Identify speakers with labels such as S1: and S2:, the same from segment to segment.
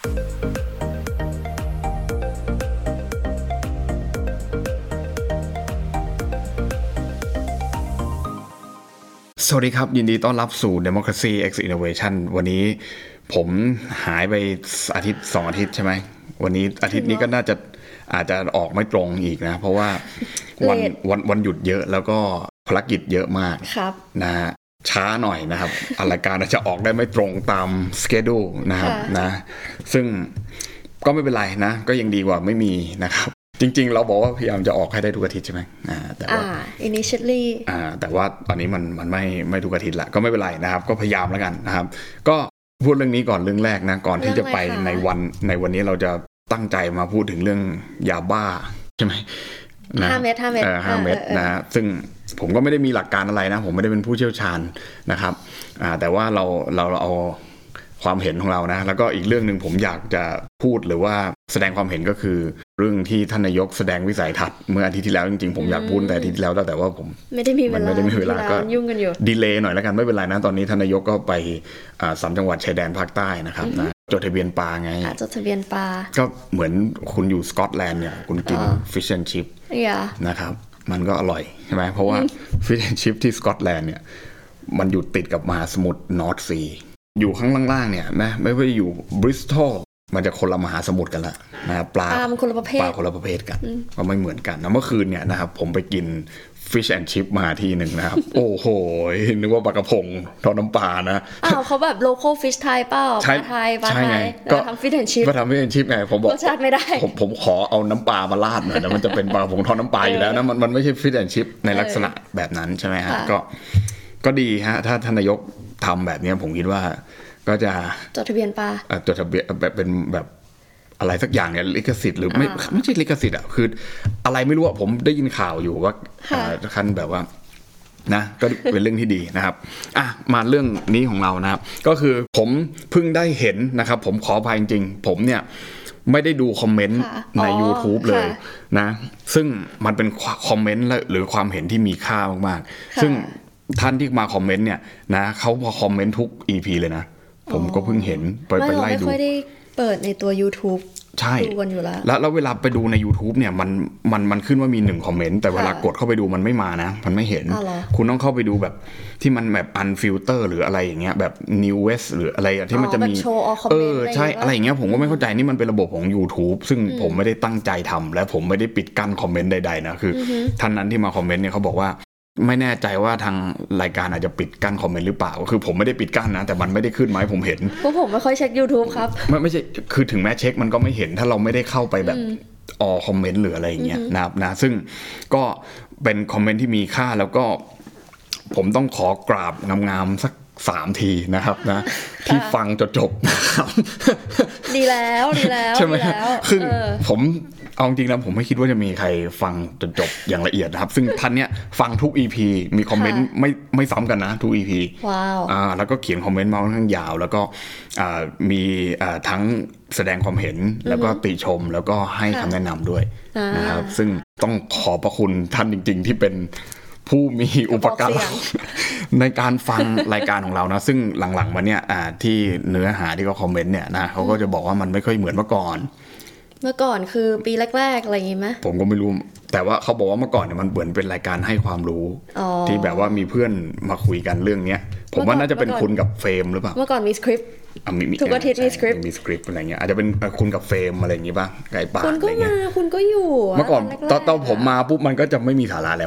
S1: สวัสดีครับยินดีต้อนรับสู่ Democracy X Innovation วันนี้ผมหายไปอาทิตย์2อาทิตย์ใช่ไหมวันนี้อาทิตย์นี้ก็น่าจะอาจจะออกไม่ตรงอีกนะเพราะว่าวันหยุดเยอะแล้วก็ภารกิจเยอะมากนะช้าหน่อยนะครับรายการอาจจะออกได้ไม่ตรงตามสเกดูนะครับนะซึ่งก็ไม่เป็นไรนะก็ยังดีกว่าไม่มีนะครับจริงๆเราบอกว่าพยายามจะออกให้ได้ทุกอาทิตย์ใช่ไหมแต่ว่า
S2: initially
S1: แต่ว่าตอนนี้มันไม่ทุกอาทิตย์ละก็ไม่เป็นไรนะครับก็พยายามแล้วกันนะครับก็พูดเรื่องนี้ก่อนเรื่องแรกนะก่อนที่จะไปในวันนี้เราจะตั้งใจมาพูดถึงเรื่องยาบ้าใช่ไหมนะ
S2: 5 เม็ด
S1: นะซึ่งผมก็ไม่ได้มีหลักการอะไรนะผมไม่ได้เป็นผู้เชี่ยวชาญนะครับแต่ว่าเราเอาความเห็นของเรานะแล้วก็อีกเรื่องนึงผมอยากจะพูดหรือว่าแสดงความเห็นก็คือเรื่องที่ท่านนายกแสดงวิสัยทัศน์เมื่ออาทิตย์ที่แล้วจริงๆผมอยากพูดแต่อาทิตย์ที่แล้วแต่ว่าผม
S2: ไม่ได้มีเวลาก็ยุ่งกันอยู่
S1: ดีเลย์หน่อยแล้วกันไม่เป็นไรนะตอนนี้ท่านนายกก็ไป3จังหวัดชายแดนภาคใต้นะครับนะจดทะเบียนปลาไง
S2: จดทะเบียนปลา
S1: ก็เหมือนคุณอยู่สกอตแลนด์เนี่ยคุณกิน fish and chip นะครับมันก็อร่อยใช่ไหมเพราะว่า fish and chip ที่สกอตแลนด์เนี่ยมันอยู่ติดกับมหาสมุทรนอร์ทซีอยู่ข้างล่างๆเนี่ยนะไม่ว่าอยู่บริสตอลมันจะคนละมหาสมุทรกันละนะปลา
S2: คนละประเภท
S1: กันก็ไม่เหมือนกันนะเมื่อคืนเนี่ยนะครับผมไปกิน fish and chip มาทีหนึ่งนะครับ โอ้โหนึกว่าปลากระพงทอดน้ำปลานะ
S2: เขาแบบ local fish ไทยเปล่าปลาไทยก็ทำ fish and chip
S1: ก็ทำ fish and chip ไงผมบอก
S2: รสชาติไม่ได้
S1: ผมขอเอาน้ำปลามาราดหน่อยนะมันจะเป็นปลากระพงทอดน้ำปลาอยู่แล้วนะมันไม่ใช่ fish and chip ในลักษณะแบบนั้นใช่ไหมฮะก็ดีฮะถ้าท่านนายกทำแบบนี้ผมคิดว่าก็จะ
S2: จดทะเบียนปลา
S1: จดทะเบียนแบบเป็นแบบอะไรสักอย่างเนี่ยลิขสิทธิ์หรือไม่ใช่ลิขสิทธิ์อ่ะคืออะไรไม่รู้อ่ะผมได้ยินข่าวอยู่ว่าคันแบบว่านะก็เป็นเรื่องที่ดีนะครับมาเรื่องนี้ของเรานะครับก็คือผมเพิ่งได้เห็นนะครับผมขออภัยจริงๆผมเนี่ยไม่ได้ดูคอมเมนต์ใน YouTube เลยนะซึ่งมันเป็นคอมเมนต์หรือความเห็นที่มีค่ามากๆซึ่งท่านที่มาคอมเมนต์เนี่ยนะเขาพอคอมเมนต์ทุก EP เลยนะผมก็เพิ่งเห็นไปไล่ดู
S2: ไม่ค่อยได้เปิดในตัว YouTube
S1: ใช่
S2: ดูกันอยู่
S1: แล้วเวลาไปดูใน YouTube เนี่ยมันขึ้นว่ามี1คอมเมนต์แต่เวลากดเข้าไปดูมันไม่มานะมันไม่เห็นคุณต้องเข้าไปดูแบบที่มันแบบอันฟิลเตอร์หรืออะไรอย่างเงี้ยแบบ New West หรืออะไรที่มันจะมีใช่อะไรอย่างเงี้ยผมก็ไม่เข้าใจนี่มันเป็นระบบของ YouTube ซึ่งผมไม่ได้ตั้งใจทำและผมไม่ได้ปิดกั้นคอมเมนต์ใดๆนะคือท่านนั้นที่มาคอมเมนต์เนี่ยเขาบอกว่าไม่แน่ใจว่าทางรายการอาจจะปิดกั้นคอมเมนต์หรือเปล่าคือผมไม่ได้ปิดกั้นนะแต่มันไม่ได้ขึ้นมาให้ผมเห็น
S2: เพราะผมไม่ค่อยเช็ค YouTube ครับ
S1: ไม่ใช่คือถึงแม้เช็คมันก็ไม่เห็นถ้าเราไม่ได้เข้าไปแบบคอมเมนต์หรืออะไรอย่างเงี้ยนะซึ่งก็เป็นคอมเมนต์ที่มีค่าแล้วก็ผมต้องขอกราบงามๆสัก3 ทีนะครับนะที่ฟังจนจบนะครับ
S2: ดีแล้ว
S1: ใช่ไหมคือผมเอาจริงนะผมไม่คิดว่าจะมีใครฟังจนจบอย่างละเอียดนะครับซึ่งท่านเนี้ยฟังทุก EP มีคอมเมนต์ไม่ซ้ำกันนะทุก EP
S2: ว้าว
S1: แล้วก็เขียนคอมเมนต์มาค่อนข้างยาวแล้วก็มีทั้งแสดงความเห็นแล้วก็ติชมแล้วก็ให้คำแนะนำด้วยนะครับซึ่งต้องขอบพระคุณท่านจริงๆที่เป็นผู้มีอุปการะในการฟังรายการของเรานะซึ่งหลังๆมาเนี่ยที่เนื้อหาที่เขาคอมเมนต์เนี่ยนะเขาก็จะบอกว่ามันไม่ค่อยเหมือนเมื่อก่อน
S2: คือปีแรกๆอะไรอย่างงี้ไหม
S1: ผมก็ไม่รู้แต่ว่าเขาบอกว่าเมื่อก่อนเนี่ยมันเหมือนเป็นรายการให้ความรู้ที่แบบว่ามีเพื่อนมาคุยกันเรื่องนี้ผมว่าน่าจะเป็นคุณกับเฟรมหรือเปล่า
S2: เมื่อก่อนมีสคริปต์ทุกอาทิตย์มีสค
S1: ริปต์อะไรเงี้ยอาจจะเป็นคุณกับเฟรมอะไรอย่างงี้ป่ะไก่ป่า
S2: คุณก็มาคุณก็อยู่
S1: เมื่อก่อนตอนผมมาปุ๊บมันก็จะไม่มีสาระแล้ว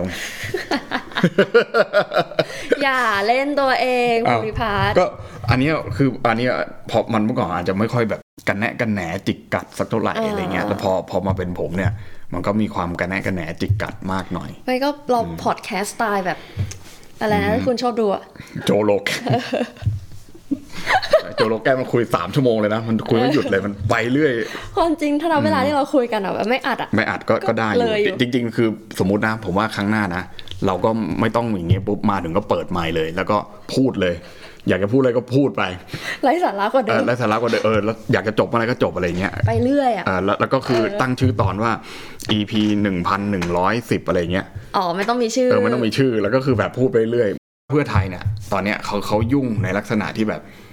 S2: อย่าเล่นตัวเองภูริพัฒน์
S1: ก็อันนี้พอมันเมื่อก่อนอาจจะไม่ค่อยแบบกันแนะกันแหนจิกกัดสักเท่าไหร่อะไรเงี้ยแล้วพอมาเป็นผมเนี่ยมันก็มีความกันแนะกันแหนจิกกัดมากหน่อย
S2: ไปก็เราพอดแคสต์สไตล์แบบอะไรนะที่คุณชอบดูอะ
S1: โจโลกแกมันคุย3 ชั่วโมงเลยนะมันคุยไม่หยุดเลยมันไปเรื่อย
S2: ความจริงถ้าเราเวลาที่เราคุยกันแบบไม่อัด
S1: ก็ได้อยู่จริงๆคือสมมุตินะผมว่าครั้งหน้านะเราก็ไม่ต้องอย่างเงี้ยปุ๊บมาถึงก็เปิดไมค์เลยแล้วก็พูดเลยอยากจะพูดอะไรก็พูดไป
S2: ไร้สาระกว่าเดิม
S1: แล้วอยากจะจบอะไรก็จบอะไรเงี้ย
S2: ไปเรื่อย
S1: แล้วก็คือตั้งชื่อตอนว่า EP 1110อะไรเงี้ย
S2: ไม่ต้องมีชื่อ
S1: ไม่ต้องมีชื่อแล้วก็คือแบบพูดไปเรื่อยเพื่อไทยเนี่ยตอนเนี้ยเขายุ่งในลักษณะที่แบบ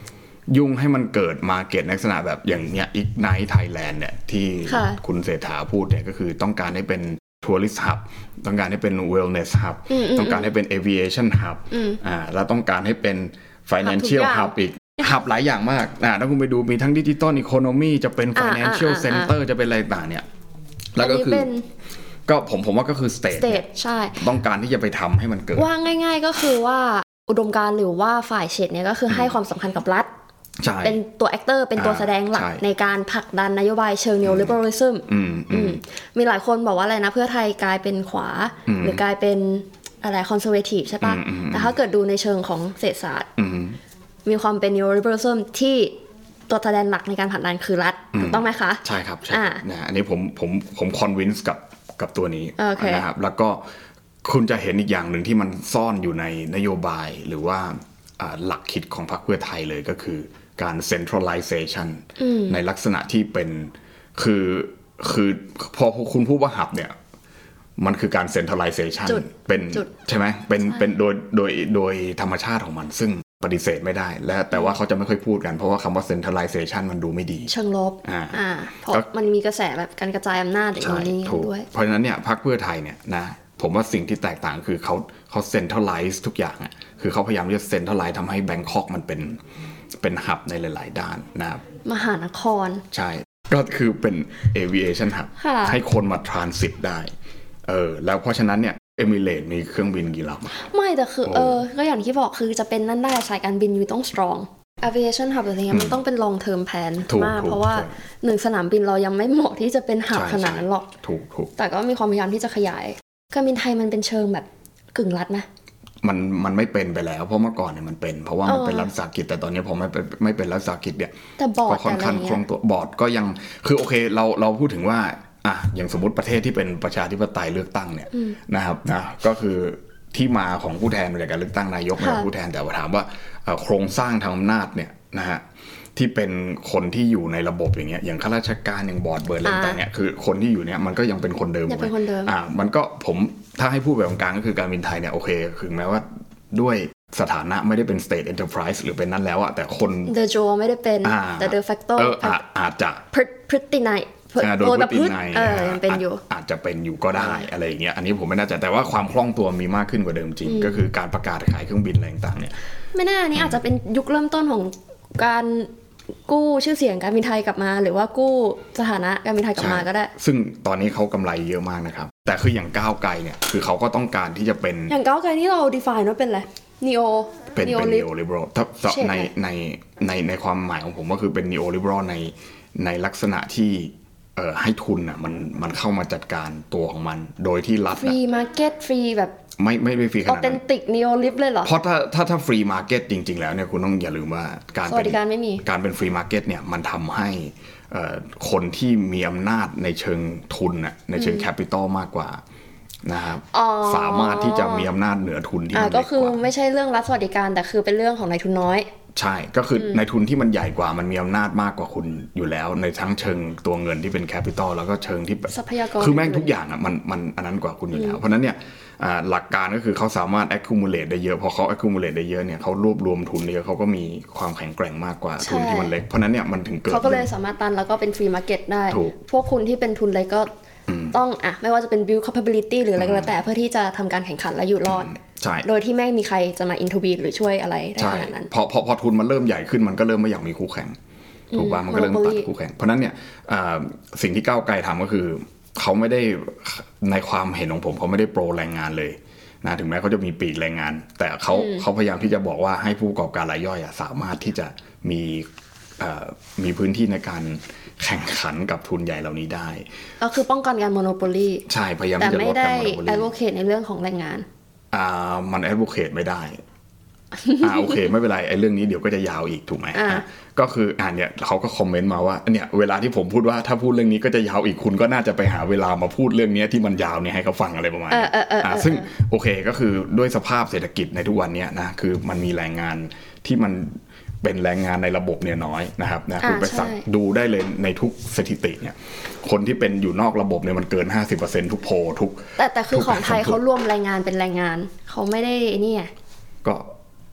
S1: ยุ่งให้มันเกิดมาเก็ตลักษณะแบบอย่างเนี้ย Ignite Thailand เนี่ยที่คุณเศรษฐาพูดเนี่ยก็คือต้องการให้เป็น Tourist Hub ต้องการให้เป็น Wellness Hub ต้องการให้เป็น Aviation Hub แล้วต้องการให้เป็น Financial Hub อีกหับหลายอย่างมากถ้าคุณไปดูมีทั้ง Digital Economy จะเป็น Financial Center จะเป็นอะไรต่างเนี่ยแล้วก็คือก็ผมว่าก็คือ state
S2: ใช่
S1: ต้องการที่จะไปทำให้มันเกิด
S2: ว่าง่ายๆก็คือว่าอุดมการณ์หรือว่าฝ่ายเฉดเนี่ยก็คือให้ความสำคัญกับรัฐเป็นตัวแอคเตอร์เป็นตัวแสดงหลักในการผลักดันนโยบายเชิง neoliberalism มีหลายคนบอกว่าอะไรนะเพื่อไทยกลายเป็นขวาหรือกลายเป็นอะไร conservative ใช่ปะแต่ถ้าเกิดดูในเชิงของเศรษฐศาสตร์มีความเป็น neoliberalism ที่ตัวแสดงหลักในการผลักดันคือรัฐถูกต้องไหมคะ
S1: ใช่ครับใช่อันนี้ผม convince กับตัวนี้นะครับแล้วก็คุณจะเห็นอีกอย่างหนึ่งที่มันซ่อนอยู่ในนโยบายหรือว่าหลักคิดของพรรคเพื่อไทยเลยก็คือการ centralization ในลักษณะที่เป็นคือพอคุณพูดว่าหับเนี่ยมันคือการ centralization เป็นใช่ไหมเป็นโดยธรรมชาติของมันซึ่งปฏิเสธไม่ได้และแต่ว่าเขาจะไม่ค่อยพูดกันเพราะว่าคำว่า centralization มันดูไม่ดี
S2: เชิงลบเพราะมันมีกระแสแบบการกระจายอำนาจอย่างนี้ด้วย
S1: เพราะฉะนั้นเนี่ยพรรคเพื่อไทยเนี่ยนะผมว่าสิ่งที่แตกต่างคือเขา centralize ทุกอย่างอ่ะคือเขาพยายามที่จะ centralize ทำให้แบงคอกมันเป็นหับในหลายๆด้านนะครับ
S2: มหานคร
S1: ใช่ก็คือเป็น aviation hub ให้คนมา transit ได้แล้วเพราะฉะนั้นเนี่ยเอมิเรตมีเครื่องบินกี่ลำ
S2: ไม่แต่คือก็อย่างที่บอกคือจะเป็นนั่นได้สายการบินอยู่ต้อง strong aviation hub อะไรเงี้ยมันต้องเป็น long term plan มากเพราะว่า1สนามบินเรายังไม่เหมาะที่จะเป็น hub ขนาดนั้นหรอก
S1: ถูก
S2: แต่ก็มีความพยายามที่จะขยายการบินไทยมันเป็นเชิงแบบกึ่งรัฐไหม
S1: มันไม่เป็นไปแล้วเพราะเมื่อก่อนเนี่ยมันเป็นเพราะว่ามันเป็นรัฐวิสาหกิจแต่ตอนนี้พอไม่เป็นรัฐวิสาหกิจเนี่ย
S2: แต่บอร์ด
S1: ค่อนข้างคล่องตัวบอร์ดก็ยังคือโอเคเราพูดถึงว่าอย่างสมมติประเทศที่เป็นประชาธิปไตยเลือกตั้งเนี่ยนะครับนะก็คือที่มาของผู้แทนในการเลือกตั้งนายกมาจากผู้แทนแต่ว่าถามว่าโครงสร้างทางอำนาจเนี่ยนะฮะที่เป็นคนที่อยู่ในระบบอย่างเงี้ยอย่างข้าราชการอย่างบอร์ดเบิร์ดอะไรต่างเนี่ยคือคนที่อยู่เนี่ยมันก็ยังเป็นคนเดิมมันก็ผมถ้าให้พูดแบบกลางก็คือการบินไทยเนี่ยโอเคถึงแม้ว่าด้วยสถานะไม่ได้เป็น state enterprise หรือเป็นนั้นแล้วอะแต่คน
S2: the jure ไม่ได้เป็นแต่ de facto
S1: อาจจะ
S2: พฤตินัย
S1: โดยพฤตินัย
S2: ยังเป็นอยู่
S1: อาจจะเป็นอยู่ก็ได้อะไรอย่างเงี้ยอันนี้ผมไม่แน่ใจแต่ว่าความคล่องตัวมีมากขึ้นกว่าเดิมจริงก็คือการประกาศขายเครื่องบินอะไรต่างๆเนี่ย
S2: ไม่แน่นี่อาจจะเป็นยุคเริ่มต้นของการกู้ชื่อเสียงการบินไทยกลับมาหรือว่ากู้สถานะการบินไทยกลับมาก็ได้
S1: ซึ่งตอนนี้เขากำไรเยอะมากนะครับแต่คืออย่างก้าวไกลเนี่ยคือเขาก็ต้องการที่จะเป็น
S2: อย่างก้าวไกลที่เรา define ว่าเป็นอะไร
S1: เป็น neoliberal ถ้าในความหมายของผมก็คือเป็น neoliberal ในลักษณะที่ให้ทุนอ่ะมันเข้ามาจัดการตัวของมันโดยที่รัฐ
S2: free market free แบบ
S1: ไม่ฟรีขนาดนั้น
S2: authentic neoliberal เลยเหรอ
S1: เพราะถ้าฟรีมาร์เก็ตจริงๆแล้วเนี่ยคุณต้องอย่าลืมว่าการเป็นฟรีมาร์เก็ตเนี่ยมันทำให้คนที่มีอำนาจในเชิงทุนน่ะในเชิงแคปิตอลมากกว่านะครับสามารถที่จะมีอำนาจเหนือทุนที่มันเล็กกว่า
S2: ก็คือไม่ใช่เรื่องรัฐสวัสดิการแต่คือเป็นเรื่องของนายทุนน้อย
S1: ใช่ก็คือในทุนที่มันใหญ่กว่ามันมีอำนาจมากกว่าคุณอยู่แล้วในทั้งเชิงตัวเงินที่เป็นแคปิตอลแล้วก็เชิงที่
S2: ทรัพยากร
S1: คือแม่งทุกอย่างอ่ะมันอันนั้นกว่าคุณอยู่แล้วเพราะนั้นเนี่ยหลักการก็คือเขาสามารถ accumulate ได้เยอะพอเขา accumulate ได้เยอะเนี่ยเขารวบรวมทุนเยอะเขาก็มีความแข็งแกร่งมากกว่าทุนที่มันเล็กเพราะนั้นเนี่ยมันถึงเกิด
S2: เขาก็เลยสามารถตันแล้วก็เป็น free market ได้พวกคุณที่เป็นทุนเล็กก็ต้องไม่ว่าจะเป็น build capability หรืออะไรก็แล้วแต่เพื่อที่จะทำการแข่งขันและอยู่รอดโดยที่ไม่มีใครจะมา intervene หรือช่วยอะไรได้ขนาดนั้น
S1: พอทุนมันเริ่มใหญ่ขึ้นมันก็เริ่มไม่อยากมีคู่แข่งถูกป่ะมันก็เริ่มตัดคู่แข่งเพราะนั้นเนี่ยสิ่งที่ก้าวไกลทำก็คือเขาไม่ได้ในความเห็นของผมเขาไม่ได้โปรแรงงานเลยนะถึงแม้เขาจะมีปีกแรงงานแต่เขาพยายามที่จะบอกว่าให้ผู้ประกอบการรายย่อยสามารถที่จะมีพื้นที่ในการแข่งขันกับทุนใหญ่เหล่านี้ได้
S2: ก็คือป้องกันการโมโนโปลี
S1: ใช่พยายามจะลดการโมโนโปลี
S2: แต่ไม่ได้ advocate ในเรื่องของแรงงาน
S1: มัน advocate ไม่ได้โอเคไม่เป็นไรไอ้เรื่องนี้เดี๋ยวก็จะยาวอีกถูกไหมก็คือเนี่ยเขาก็คอมเมนต์มาว่าเนี่ยเวลาที่ผมพูดว่าถ้าพูดเรื่องนี้ก็จะยาวอีกคุณก็น่าจะไปหาเวลามาพูดเรื่องนี้ที่มันยาวเนี่ยให้เขาฟังอะไรประมาณนี้ซึ่งโอเคก็คือด้วยสภาพเศรษฐกิจในทุกวันนี้นะคือมันมีแรงงานที่มันเป็นแรงงานในระบบเนี่ยน้อยนะครับนะคุณไปสักดูได้เลยในทุกสถิติเนี่ยคนที่เป็นอยู่นอกระบบเนี่ยมันเกิน 50% ทุกโพลทุก
S2: แต่คือของไทยเขารวมแรงงานเป็นแรงงานเขาไม่ได้นี่
S1: ก็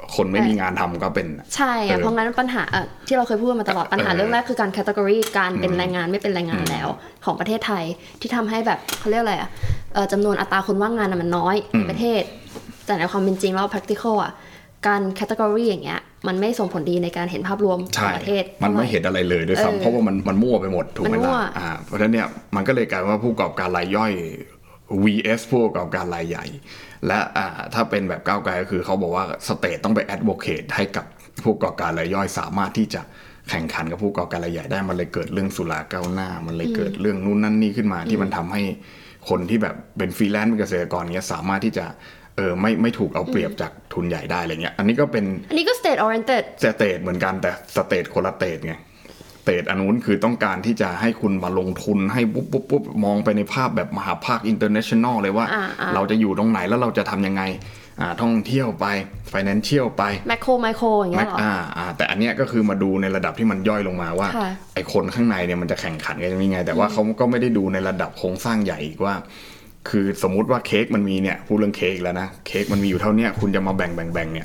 S1: คนไม่มีงานทำก็เป็น
S2: ใช่เพราะงั้นปัญหาที่เราเคยพูดมาตลอดปัญหาเรื่องแรกคือการแคตตากรีการเป็นแรงงานไม่เป็นแรงงานแล้วของประเทศไทยที่ทำให้แบบเขาเรียกอะไรจำนวนอัตราคนว่างงานมันน้อยในประเทศแต่ในความเป็นจริงแล้ว practical การแคตตากรีอย่างเงี้ยมันไม่ส่งผลดีในการเห็นภาพรวมของประเทศ
S1: มันไม่เห็นอะไรเลยด้วยซ้ำเพราะว่ามันมั่วไปหมดถูกไหมล่ะเพราะฉะนั้นเนี่ยมันก็เลยกลายว่าผู้ประกอบการรายย่อย vs ผู้ประกอบการรายใหญ่และถ้าเป็นแบบก้าวไกลก็คือเขาบอกว่าสเตทต้องไป advocate ให้กับผู้ประกอบการรายย่อยสามารถที่จะแข่งขันกับผู้ประกอบการรายใหญ่ได้มันเลยเกิดเรื่องสุราก้าวหน้ามันเลยเกิดเรื่องนู้นนั่นนี่ขึ้นมาที่มันทำให้คนที่แบบเป็นฟรีแลนซ์เป็นเกษตรกรเนี้ยสามารถที่จะไม่ถูกเอาเปรียบจากทุนใหญ่ได้อะไรเงี้ยอันนี้ก็
S2: state oriented
S1: สเตทเหมือนกันแต่สเตทคนละสเตทไงสเตทอันนู้นคือต้องการที่จะให้คุณมาลงทุนให้ปุ๊บมองไปในภาพแบบมหาภาค international เลยว่าเราจะอยู่ตรงไหนแล้วเราจะทำยังไงท่องเที่ยวไป financial ไป
S2: macro อย่างเงี้ยหรอ
S1: แต่อันเนี้ยก็คือมาดูในระดับที่มันย่อยลงมาว่าไอ้คนข้างในเนี่ยมันจะแข่งขันกันยังไงแต่ว่าเขาก็ไม่ได้ดูในระดับโครงสร้างใหญ่อีกว่าคือสมมุติว่าเค้กมันมีเนี่ยพูดเรื่องเค้กแล้วนะเค้กมันมีอยู่เท่านี้คุณจะมาแบ่งเนี่ย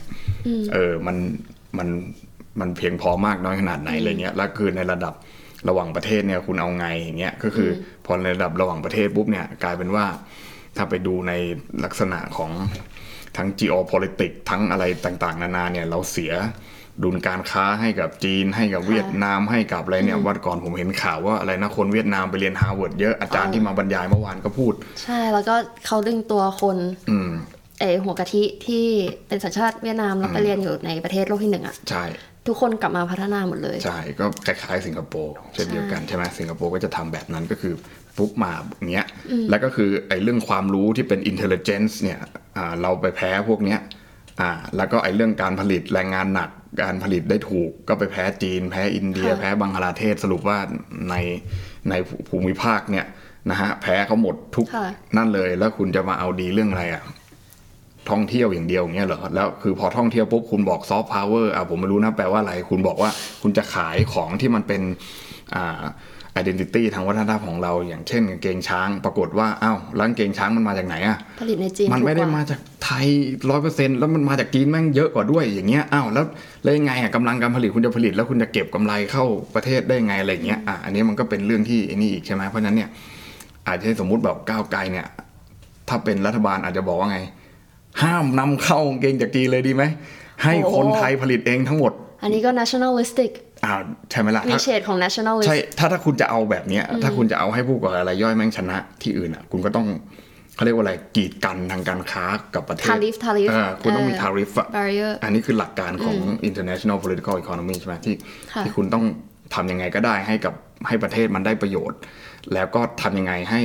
S1: มันเพียงพอมากน้อยขนาดไหนอะไรเงี้ยแล้วคือในระดับระหว่างประเทศเนี่ยคุณเอาไงอย่างเงี้ยก็คือพอในระดับระหว่างประเทศปุ๊บเนี่ยกลายเป็นว่าถ้าไปดูในลักษณะของทั้ง geopolitics ทั้งอะไรต่างๆนานาเนี่ยเราเสียดุลการค้าให้กับจีนให้กับเวียดนามให้กับอะไรเนี่ยวันก่อนผมเห็นข่าวว่าอะไรนะคนเวียดนามไปเรียนฮาร์วาร์ดเยอะอาจารย์ที่มาบรรยายเมื่อวานก็พูด
S2: ใช่แล้วก็เขาดึงตัวคนหัวกะทิที่เป็นสัญชาติเวียดนามแล้วไปเรียนอยู่ในประเทศโลกที่1
S1: ใช่
S2: ทุกคนกลับมาพัฒนาหมดเลย
S1: ใช่ก็คล้ายๆสิงคโปร์เช่นเดียวกันใช่ไหมสิงคโปร์ก็จะทำแบบนั้นก็คือปุ๊บมาอย่างเงี้ยแล้วก็คือไอ้เรื่องความรู้ที่เป็น intelligence เนี่ยเราไปแพ้พวกเนี้ยแล้วก็ไอ้เรื่องการผลิตแรงงานหนักการผลิตได้ถูกก็ไปแพ้จีนแพ้อินเดียแพ้บังคลาเทศสรุปว่าในภูมิภาคเนี่ยนะฮะแพ้เขาหมดทุกนั่นเลยแล้วคุณจะมาเอาดีเรื่องอะไรท่องเที่ยวอย่างเดียวอย่างเงี้ยเหรอแล้วคือพอท่องเที่ยวปุ๊บคุณบอกซอฟต์พาวเวอร์ผมไม่รู้นะแปลว่าอะไรคุณบอกว่าคุณจะขายของที่มันเป็นidentity ทางวัฒนธรรมของเราอย่างเช่นกางเกงช้างปรากฏว่าแล้วกางเกงช้างมันมาจากไหน
S2: ผลิตในจีน
S1: มันไม่ได้มาจากไทย 100% แล้วมันมาจากจีนแม่งเยอะกว่าด้วยอย่างเงี้ยแล้วยังไงกำลังการผลิตคุณจะผลิตแล้วคุณจะเก็บกำไรเข้าประเทศได้ไงอะไรเงี้ยอันนี้มันก็เป็นเรื่องที่นี่อีกใช่ไหมเพราะฉะนั้นเนี่ยอาจจะสมมุติแบบก้าวไกลเนี่ยถ้าเป็นรัฐบาลอาจจะบอกว่าไงห้ามนำเข้ากางเกงจากจีนเลยดีไหมให้คนไทยผลิตเองทั้งหมด
S2: อันนี้ก็ nationalistic
S1: ใช่ไหมล่ะ
S2: มีเฉดของ nationalist
S1: ใช่ถ้าคุณจะเอาแบบนี้ถ้าคุณจะเอาให้ผู้ก่อการรายย่อยแม่งชนะที่อื่นคุณก็ต้องเขาเรียกว่าอะไรกีดกันทางการค้ากับประเทศ
S2: tariff
S1: คุณต้องมี tariff
S2: barrier
S1: อันนี้คือหลักการของ international political economy ใช่ไหมที่คุณต้องทำยังไงก็ได้ให้ประเทศมันได้ประโยชน์แล้วก็ทำยังไงให้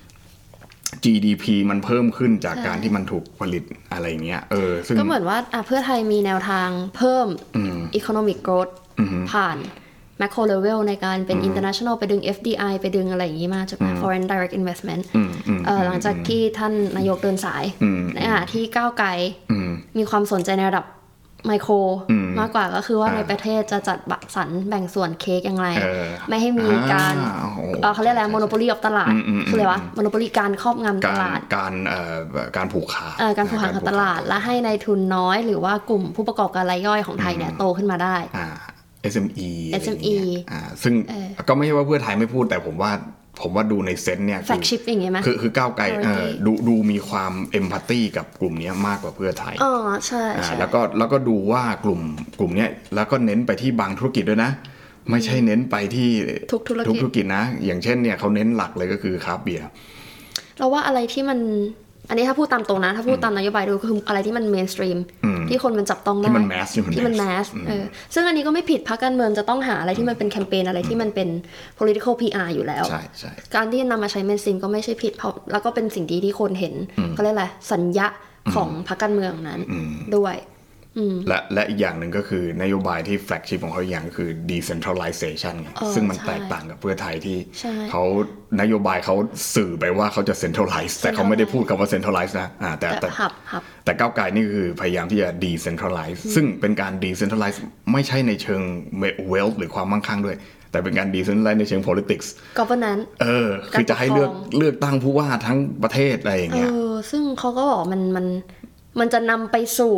S1: GDP มันเพิ่มขึ้นจากการที่มันถูกผลิตอะไรเงี้ย
S2: ซึ่งก็เหมือนว่าเพื่อไทยมีแนวทางเพิ่ม economic growth ผ่าน macro level ในการเป็น international ไปดึง FDI ไปดึงอะไรอย่างนี้มาจาก foreign direct investment หลังจากที่ท่านนายกเดินสายในขณะที่ก้าวไกลมีความสนใจในระดับไมโครมากกว่าก็คือว่าในประเทศจะจัดสรรแบ่งส่วนเค้กยังไงไม่ให้มีการเขาเรียกอะไรโมโนโพลีออฟตลาดคืออะไรวะโมโนโพลีการครอบงำตลาด
S1: การผูกขาด
S2: การผูกขาดของตลาดและให้ในทุนน้อยหรือว่ากลุ่มผู้ประกอบการรายย่อยของไทยเนี่ยโตขึ้นมาได้
S1: SME ซึ่งก็ไม่ใช่ว่าเพื่อไทยไม่พูดแต่ผมว่าดูในเซนส์เนี่ย
S2: แฟลกชิพอย่างเงี้ยมั้ย
S1: คือก้าวไกลดูมีความเอมพัตตี้กับกลุ่มนี้มากกว่าเพื่อไทย
S2: ใช่
S1: แล้วก็ดูว่ากลุ่มนี้แล้วก็เน้นไปที่บางธุรกิจด้วยนะไม่ใช่เน้นไปที่
S2: ทุกธุ
S1: รกิจนะอย่างเช่นเนี่ยเขาเน้นหลักเลยก็คือคราฟต์เบียร์
S2: เราว่าอะไรที่มันอันนี้ถ้าพูดตามตรงนะถ้าพูดตามนโยบายดูก็คืออะไรที่มันเมนสตรีมที่คนมันจับต้องได้
S1: ที่มันแมส
S2: ซึ่งอันนี้ก็ไม่ผิดพรรคการเมืองจะต้องหาอะไรที่มันเป็นแคมเปญอะไรที่มันเป็น political PR อยู่แล้วการที่นำมาใช้เมนสตรีมก็ไม่ใช่ผิดเพราะแล้วก็เป็นสิ่งดีที่คนเห็นเขาเรียกอะไรสัญญาของพรรคการเมืองนั้นด้วย
S1: และอีกอย่างหนึ่งก็คือนโยบายที่แฟลกชิพของเขาอย่างคือ decentralization ซึ่งมันแตกต่างกับเพื่อไทยที่เขานโยบายเขาสื่อไปว่าเขาจะ centralize แต่เขาไม่ได้พูดคำว่า centralize นะแต่ก้าวไกลนี่คือพยายามที่จะ decentralize ซึ่งเป็นการ decentralize ไม่ใช่ในเชิง wealth หรือความมั่งคั่งด้วยแต่เป็นการ decentralize ในเชิง politics
S2: governance
S1: คือจะให้เลือกตั้งผู้ว่าทั้งประเทศอะไรอย่างเงี้ย
S2: ซึ่งเขาก็บอกมันจะนำไปสู่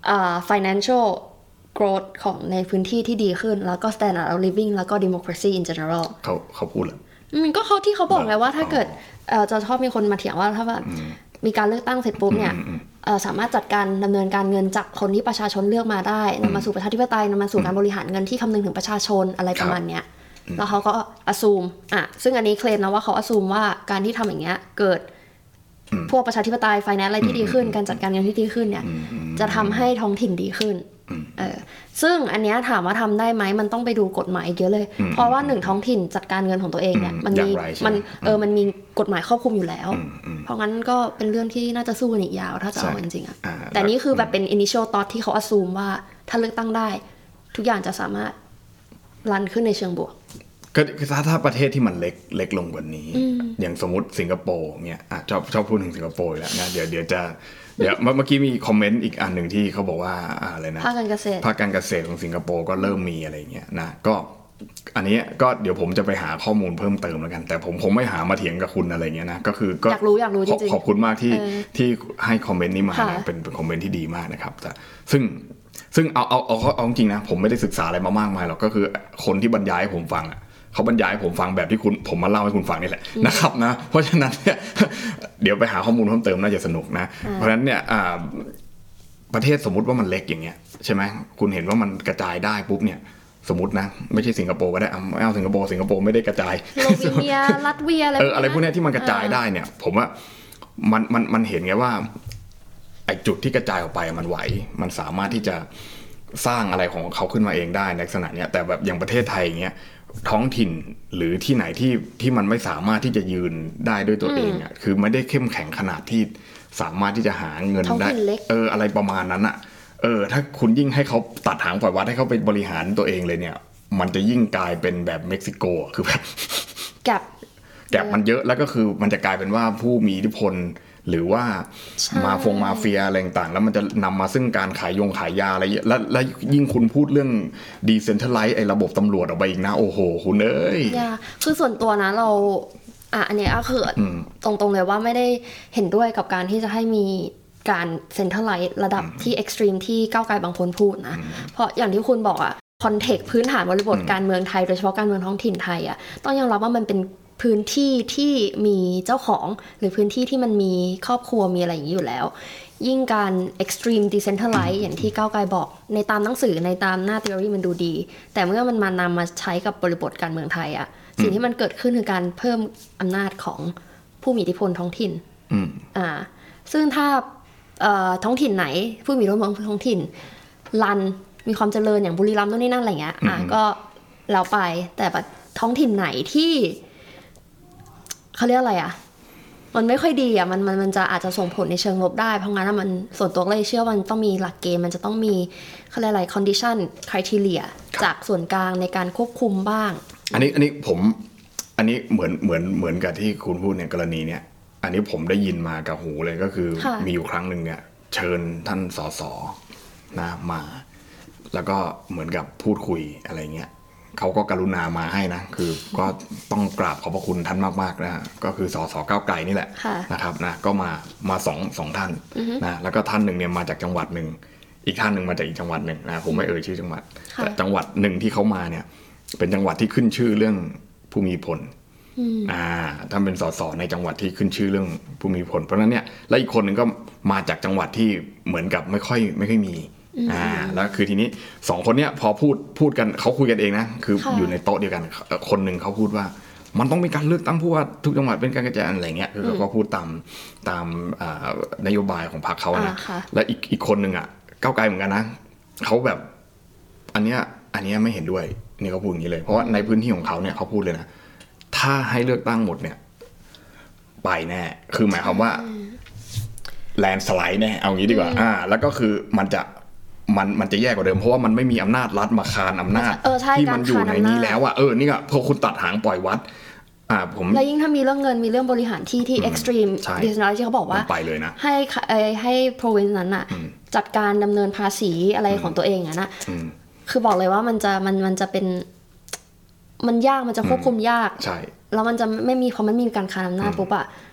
S2: financial growth ของในพื้นที่ที่ดีขึ้นแล้วก็ standard of living แล้วก็ democracy in general
S1: เขาพูดเหรอ
S2: ก็เขาที่เขาบอกไงว่าถ้าเกิดจะชอบมีคนมาเถียงว่าถ้าแบบมีการเลือกตั้งเสร็จปุ๊บเนี่ยสามารถจัดการดำเนินการเงินจากคนที่ประชาชนเลือกมาได้นำมาสู่ประชาธิปไตยนำมาสู่การบริหารเงินที่คำนึงถึงประชาชนอะไรประมาณเนี้ยแล้วเขาก็assumeซึ่งอันนี้เคลมนะว่าเขาassumeว่าการที่ทำอย่างเงี้ยเกิดพวกประชาธิปไตยไฟแนนซ์อะไรที่ดีขึ้นการจัดการเงินที่ดีขึ้นเนี่ยจะทำให้ท้องถิ่นดีขึ้นซึ่งอันเนี้ยถามว่าทำได้ไหมมันต้องไปดูกฎหมายเยอะเลยเพราะว่าหนึ่งท้องถิ่นจัดการเงินของตัวเองเนี่ยมันมีกฎหมายครอบคลุมอยู่แล้วเพราะงั้นก็เป็นเรื่องที่น่าจะสู้กันอีกยาวถ้าจะเอาจริงๆแต่นี่คือแบบเป็น initial thought ที่เขา assume ว่าถ้าเลือกตั้งได้ทุกอย่างจะสามารถรันขึ้นในเชิงบวก
S1: ก็ถ้าประเทศที่มันเล็กลงกว่านี้อย่างสมมติสิงคโปร์เนี่ยชอบพูดถึงสิงคโปร์แล้วนะเดี๋ยวเมื่อกี้มีคอมเมนต์อีกอันหนึ่งที่เขาบอกว่าอะไรนะ
S2: ภาคการเกษตร
S1: ของสิงคโปร์ก็เริ่มมีอะไรเงี้ยนะก็อันนี้ก็เดี๋ยวผมจะไปหาข้อมูลเพิ่มเติมแล้วกันแต่ผมคงไม่หามาเถียงกับคุณอะไรเงี้ยนะก็คือ
S2: อยากรู้จริงๆ
S1: ขอบคุณมากที่ให้คอมเมนต์นี้มาเป็นคอมเมนต์ที่ดีมากนะครับแต่ซึ่งเอาจริงนะผมไม่ได้ศึกษาอะไรมามากมายหรอกก็คือคนที่บรรยายให้ผมฟังเขาบรรยายให้ผมฟังแบบที่ผมมาเล่าให้คุณฟังนี่แหละนะครับนะเพราะฉะนั้นเนี่ยเดี๋ยวไปหาข้อมูลเพิ่มเติมน่าจะสนุกนะเพราะฉะนั้นเนี่ยประเทศสมมุติว่ามันเล็กอย่างเงี้ยใช่ไหมคุณเห็นว่ามันกระจายได้ปุ๊บเนี่ยสมมตินะไม่ใช่สิงคโปร์ก็ได้เอาสิงคโปร์ไม่ได้กระจาย
S2: โลวีเนียลัตเวีย
S1: อะไรพวกนี้ที่มันกระจายได้เนี่ยผมว่ามันเห็นไงว่าไอ้จุดที่กระจายออกไปมันไหวมันสามารถที่จะสร้างอะไรของเขาขึ้นมาเองได้ในลักษณะเนี้ยแต่แบบอย่างประเทศไทยอย่างเงี้ยท้องถิ่นหรือที่ไหนที่มันไม่สามารถที่จะยืนได้ด้วยตัวเองอ่ะคือไม่ได้เข้มแข็งขนาดที่สามารถที่จะหาเงินได้อะไรประมาณนั้นอ่ะถ้าคุณยิ่งให้เขาตัดหางปล่อยวัดให้เขาไปบริหารตัวเองเลยเนี่ยมันจะยิ่งกลายเป็นแบบเม็กซิโกคือแบบแกลบมันเยอะแล้วก็คือมันจะกลายเป็นว่าผู้มีอิทธิพลหรือว่ามาเฟียอะไรต่างๆแล้วมันจะนำมาซึ่งการขายยาอะไรแล้วยิ่งคุณพูดเรื่อง decentralize ไอ้ระบบตำรวจออกไปอีกนะโอ้โหคุณเอ้ย
S2: คือส่วนตัวนะเราอันนี้ก็คือตรงๆเลยว่าไม่ได้เห็นด้วยกับการที่จะให้มีการ centralize ระดับที่ extreme ที่ก้าวไกลบางคนพูดนะเพราะอย่างที่คุณบอกคอนเทกต์พื้นฐานบริบทการเมืองไทยโดยเฉพาะการเมืองท้องถิ่นไทยต้องยอมรับว่ามันเป็นพื้นที่ที่มีเจ้าของหรือพื้นที่ที่มันมีครอบครัวมีอะไรอย่างนี้อยู่แล้วยิ่งการ extreme decentralize อย่างที่ก้าวไกลบอกในตามหนังสือในตามหน้า theory มันดูดีแต่เมื่อมันมานำมาใช้กับบริบทการเมืองไทยสิ่งที่มันเกิดขึ้นคือการเพิ่มอำนาจของผู้มีอิทธิพลท้องถิ่นซึ่งถ้าท้องถิ่นไหนผู้มีอิทธิพลท้องถิ่นรันมีความเจริญอย่างบุรีรัมย์นู่นนี่นั่นอะไรเงี้ยก็แล้วไปแต่แบบท้องถิ่นไหนที่เขาเรียกอะไรมันไม่ค่อยดีมันจะอาจจะส่งผลในเชิงลบได้เพราะงั้นมันส่วนตัวเลยเชื่อว่ามันต้องมีหลักเกณฑ์มันจะต้องมีเขาเรียกอะไร condition criteria จากส่วนกลางในการควบคุมบ้าง
S1: อันนี้ผมอันนี้เหมือนกับที่คุณพูดเนี่ยกรณีเนี่ยอันนี้ผมได้ยินมากับหูเลยก็คือมีอยู่ครั้งนึงเนี่ยเชิญท่านสสนะมาแล้วก็เหมือนกับพูดคุยอะไรเงี้ยเขาก็กรุณามาให้นะคือก็ต้องกราบขอบพระคุณท่านมากๆนะก็คือสสก้าวไกลนี่แหละนะครับนะก็มาสองท่านนะแล้วก็ท่านหนึ่งเนี่ยมาจากจังหวัดหนึ่งอีกท่านหนึ่งมาจากอีกจังหวัดหนึ่งนะผมไม่เอ่ยชื่อจังหวัดแต่จังหวัดหนึ่งที่เขามาเนี่ยเป็นจังหวัดที่ขึ้นชื่อเรื่องผู้มีผลท่านเป็นสสในจังหวัดที่ขึ้นชื่อเรื่องผู้มีผลเพราะนั้นเนี่ยแล้วอีกคนหนึ่งก็มาจากจังหวัดที่เหมือนกับไม่ค่อยมีแล้วคือทีนี้สองคนเนี้ยพอพูดกันเขาคุยกันเองนะคืออยู่ในโต๊ะเดียวกันคนหนึ่งเขาพูดว่ามันต้องมีการเลือกตั้งผู้ว่าทุกจังหวัดเป็นการกระจายอะไรเงี้ยคือเขาก็พูดตามนโยบายของพรรคเขานะและอีกคนหนึ่งก้าวไกลเหมือนกันนะเขาแบบอันเนี้ยไม่เห็นด้วยนี่เขาพูดอย่างนี้เลยเพราะว่าในพื้นที่ของเขาเนี่ยเขาพูดเลยนะถ้าให้เลือกตั้งหมดเนี่ยไปแน่คือหมายความว่าแลนด์สไลด์แน่เอางี้ดีกว่าแล้วก็คือมันจะแย่กว่าเดิมเพราะว่ามันไม่มีอำนาจรัฐมาคานอำนาจที่มันอยู่ในนี้แล้วนี่ก็พอคุณตัดหางปล่อยวัดผม
S2: แล้วยิ่งถ้ามีเรื่องเงินมีเรื่องบริหารที่ extreme decentralized ที่เขาบอกว่า
S1: ไปเลยนะ
S2: ให้ province นั้นจัดการดำเนินภาษีอะไรของตัวเองนะคือบอกเลยว่ามันจะเป็นมันยากมันจะควบคุมยาก
S1: ใช่
S2: แล้วมันจะไม่มีพอไม่มีการคานอำนาจปุ๊บ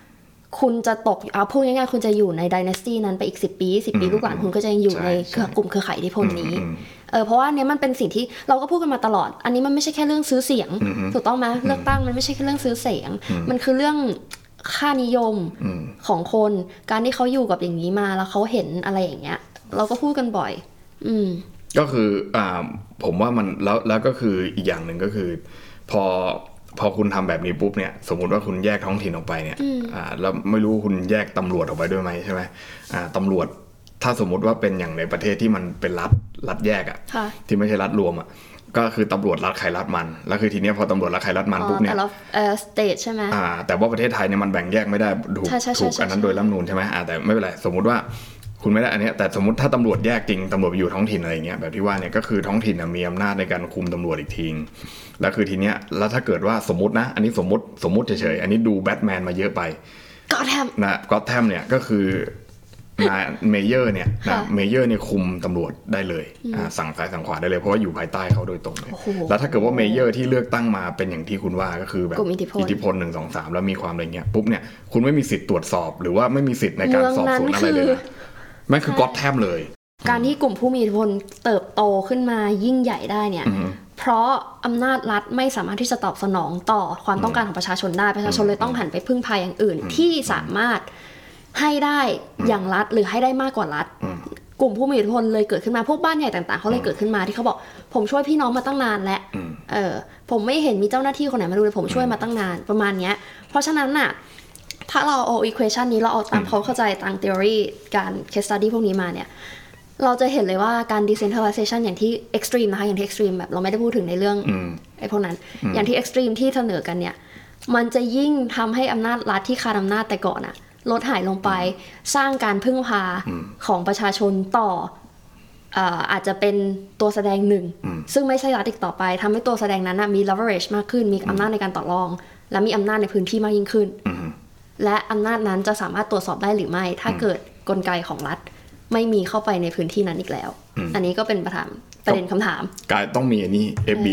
S2: คุณจะตกพูดง่ายๆคุณจะอยู่ใน dynasty นั้นไปอีก10 ปี20 ปีลูกหลานคุณก็จะยังอยู่ในกลุ่มเครือข่ายอิทธิพลนี้เพราะว่าเนี้ยมันเป็นสิ่งที่เราก็พูดกันมาตลอดอันนี้มันไม่ใช่แค่เรื่องซื้อเสียงถูกต้องไหมเลือกตั้งมันไม่ใช่แค่เรื่องซื้อเสียงมันคือเรื่องค่านิยมของคนการที่เขาอยู่กับอย่างนี้มาแล้วเขาเห็นอะไรอย่างเงี้ยเราก็พูดกันบ่อย
S1: ก็คือผมว่ามันแล้วก็คืออีกอย่างหนึ่งก็คือพอคุณทำแบบนี้ปุ๊บเนี่ยสมมุติว่าคุณแยกท้องถิ่นออกไปเนี่ยแล้วไม่รู้คุณแยกตำรวจออกไปด้วยไหมใช่ไหมตำรวจถ้าสมมุติว่าเป็นอย่างในประเทศที่มันเป็นรัฐแยกที่ไม่ใช่รัฐรวมก็คือตำรวจรัฐใครรัฐมันแล้วคือทีนี้พอตำรวจรัฐใครรัฐมันปุ๊บเนี่ย
S2: สเตทใช่ไหม
S1: แต่ว่าประเทศไทยเนี่ยมันแบ่งแยกไม่ได้ถูกอันนั้นโดยรัฐธรรมนูญใช่ไหมแต่ไม่เป็นไรสมมุติว่าคุณไม่ได้อันนี้แต่สมมติถ้าตำรวจแยกจริงตำรวจไปอยู่ท้องถิ่นอะไรเงี้ยแบบที่ว่าเนี่ยก็คือท้องถิ่นมีอำนาจในการคุมตำรวจอีกทีแล้วคือทีเนี้ยแล้วถ้าเกิดว่าสมมตินะอันนี้สมมติเฉยๆอันนี้ดูแบทแมนมาเยอะไป
S2: ก็อตแทม
S1: เนี่ยก็คือนายเมเยอร์เนี่ยเมเยอร์เนี่ยคุมตำรวจได้เลยสั่งซ้ายสั่งขวาได้เลยเพราะว่าอยู่ภายใต้เขาโดยตรงเลยแล้วถ้าเกิดว่าเมเยอร์ที่เลือกตั้งมาเป็นอย่างที่คุณว่าก็คือแบบอิทธิพล1 2 3แล้วมีความอะไรเงี้ยปุ๊บเนี่ยคุณไม่มีสิทธิ์ตรวจสอบหรือว่าไม่มีสิทธิ์ในการสอบสวนอะไรเลยนะมันคือก็อตแทมเลย
S2: การที่กลุ่มผู้มีอิทธิพลเติบโตขึ้นมายิ่งใหญ่ได้เนี่ยเพราะอำนาจรัฐไม่สามารถที่จะตอบสนองต่อความต้องการของประชาชนได้ประชาชนเลยต้องหันไปพึ่งพาอย่างอื่นที่สามารถให้ได้อย่างรัฐหรือให้ได้มากกว่ารัฐกลุ่มผู้มีอิทธิพลเลยเกิดขึ้นมาพวกบ้านใหญ่ต่างๆเขาเลยเกิดขึ้นมาที่เขาบอกผมช่วยพี่น้องมาตั้งนานแล้วผมไม่เห็นมีเจ้าหน้าที่คนไหนมาดูเลยผมช่วยมาตั้งนานประมาณนี้เพราะฉะนั้นน่ะถ้าเราเอา equation นี้เราเอาตามเขาเข้าใจตาม theory การ case study พวกนี้มาเนี่ยเราจะเห็นเลยว่าการ decentralization อย่างที่ extreme นะคะอย่างที่ extreme แบบเราไม่ได้พูดถึงในเรื่องไอ้พวกนั้นอย่างที่ extreme ที่เสนอกันเนี่ยมันจะยิ่งทำให้อำนาจรัฐที่ขาดอำนาจแต่ก่อนอะลดหายลงไปสร้างการพึ่งพาของประชาชนต่ออาจจะเป็นตัวแสดงหนึ่งซึ่งไม่ใช่รัฐอีกต่อไปทำให้ตัวแสดงนั้นมี leverage มากขึ้นมีอำนาจในการต่อรองและมีอำนาจในพื้นที่มากยิ่งขึ้นและอำนาจนั้นจะสามารถตรวจสอบได้หรือไม่ถ้าเกิดกลไกของรัฐไม่มีเข้าไปในพื้นที่นั้นอีกแล้วอันนี้ก็เป็นประเด็นคำถาม
S1: กายต้องมีอันนี้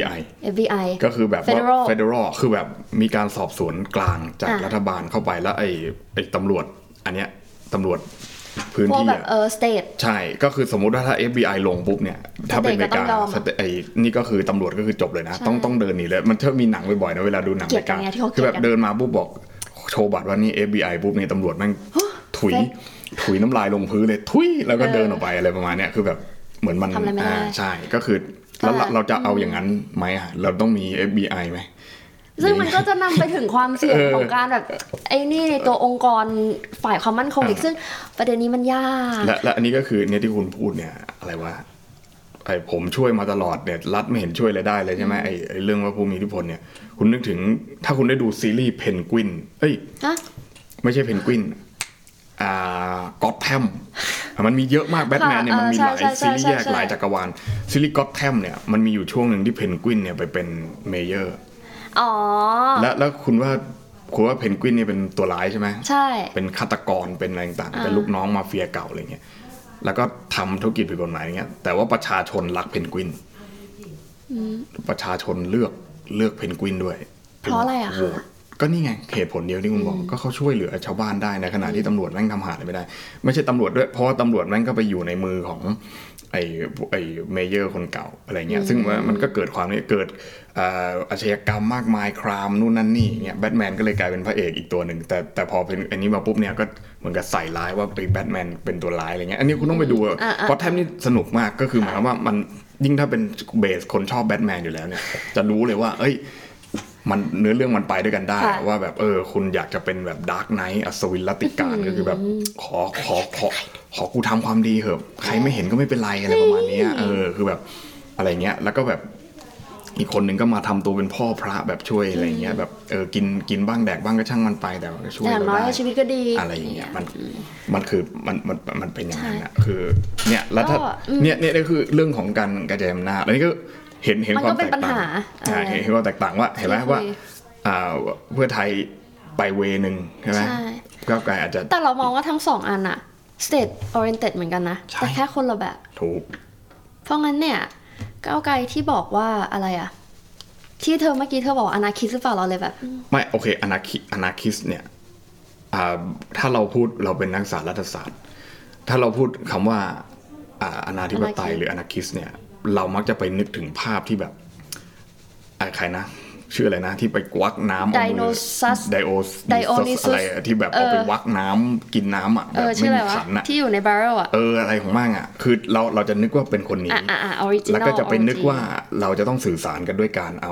S1: FBI ก็คือแบบว่า Federal คือแบบมีการสอบสวนกลางจากรัฐบาลเข้าไปแล้วไอ้ตำรวจอันเนี้ยตำรวจพื้นที่
S2: state
S1: ใช่ก็คือสมมุติว่าถ้า FBI ลงปุ๊บเนี่ยถ้าเป็นอเมริกาไอ้นี่ก็คือตำรวจก็คือจบเลยนะต้องเดินหนีเลยมันเท่ามีหนังบ่อยๆนะเวลาดูหนังอเมริกาคือแบบเดินมาปุ๊บบอกโชว์บัตรว่านี่ FBI ปุ๊บนี่ตำรวจแม่งถุยน้ำลายลงพื้นเลยทุยแล้วก็เดินออกไปอะไรประมาณเนี้ยคือแบบเหมือนมันใช่ก็คือแล้วเราจะเอาอย่างนั้นไหมเราต้องมี FBI ไหม
S2: ซึ่งมันก็จะนำไปถึงความเสี่ยงของการแบบไอ้นี่ในตัวองค์กรฝ่ายความมั่นคงอีกซึ่งประเด็นนี้มันยาก
S1: และอันนี้ก็คือเนี่ยที่คุณพูดเนี่ยอะไรวะไอ้ผมช่วยมาตลอดเนี่ยรัฐไม่เห็นช่วยอะไรได้เลยใช่ไหมไอ้เรื่องว่าผู้มีอิทธิพลเนี่ยคุณนึกถึงถ้าคุณได้ดูซีรีส์เพนกวินไม่ใช่เพนกวินก็อตแทมมันมีเยอะมากแบทแมนเนี่ยมันมีหลายซีรีส์แยกหลายจักรวาลซีรีส์ก็อตแทมเนี่ยมันมีอยู่ช่วงหนึ่งที่เพนกวินเนี่ยไปเป็นเมเยอร์แล้วคุณว่าเพนกวินเนี่ยเป็นตัวร้ายใช่ไหม
S2: ใช่
S1: เป็นฆาตกรเป็นอะไรต่างเป็นลูกน้องมาเฟียเก่าอะไรเงี้ยแล้วก็ทำธุรกิจผิดกฎหมายอย่างเงี้ยแต่ว่าประชาชนรักเพนกวินประชาชนเลือกเพนกวินด้วย
S2: เพราะอะไรอะคะ
S1: ก็นี่ไงเหตุผลเดียวที่คุณบอกก็เขาช่วยเหลือชาวบ้านได้ในขณะที่ตำรวจแม่งทำหาอะไรไม่ได้ไม่ใช่ตำรวจด้วยเพราะว่าตำรวจแม่งก็ไปอยู่ในมือของไอ้เมเยอร์คนเก่าอะไรเงี้ยซึ่งมันก็เกิดความนี้เกิดอาชญากรรมมากมายครามนู่นนั่นนี่เงี้ยแบทแมนก็เลยกลายเป็นพระเอกอีกตัวหนึ่งแต่พอเป็นอันนี้มาปุ๊บเนี่ยก็เหมือนกับใส่ร้ายว่าแบทแมนเป็นตัวร้ายอะไรเงี้ยอันนี้คุณต้องไปดูเพราะแทมนี่สนุกมากก็คือหมายความว่ามันยิ่งถ้าเป็นเบสคนชอบแบทแมนอยู่แล้วเนี่ยจะรู้เลยว่ามันเนื้อเรื่องมันไปด้วยกันได้ว่าแบบคุณอยากจะเป็นแบบดาร์กไนท์อัศวินรัตติการก็คือแบบขอกูทำความดีเหอะใครไม่เห็นก็ไม่เป็นไรอะไรประมาณนี้คือแบบอะไรเงี้ยแล้วก็แบบอีกคนนึงก็มาทำตัวเป็นพ่อพระแบบช่วยอะไรเงี้ยแบบกินบ้างแดกบ้างก็ช่างมันไปแต่ช่วย
S2: เราได้ชีวิตก็ดี
S1: อะไรอย่างเงี้ยมันคือมันเป็นอย่างนั้นนะคือเนี่ยแล้วถ้าเนี่ยก็คือเรื่องของการกระจายอำนาจอันนี้ก็เห็นความแตกต่างเห็นความแตกต่างว่าเห็นไหมว่าเพื่อไทยไปเวนึงใช่ไหมก้าวไกลอาจจะ
S2: แต่เรามองว่าทั้งสองอันอะ state oriented เหมือนกันนะแต่แค่คนละแบบ
S1: ถูก
S2: เพราะงั้นเนี่ยก้าวไกลที่บอกว่าอะไรอะที่เธอเมื่อกี้เธอบอกอนาคิสหรือเปล่าเราเลยแบบ
S1: ไม่โอเคอนาคิสเนี่ยถ้าเราพูดเราเป็นนักศึกษารัฐศาสตร์ถ้าเราพูดคำว่าอนาธิปไตยหรืออนาคิสเนี่ยเรามักจะไปนึกถึงภาพที่แบบใครนะชื่ออะไรนะที่ไปวักน้ำไดโนซัสอะไรที่แบบเอาไปวักน้ำกินน้ำแบบไม่มีขัน
S2: ที่อยู่ในบาร์เรล
S1: อะไรของมั่งคือเราจะนึกว่าเป็นคนนี้แล้วก็จะไปนึกว่าเราจะต้องสื่อสารกันด้วยการเอา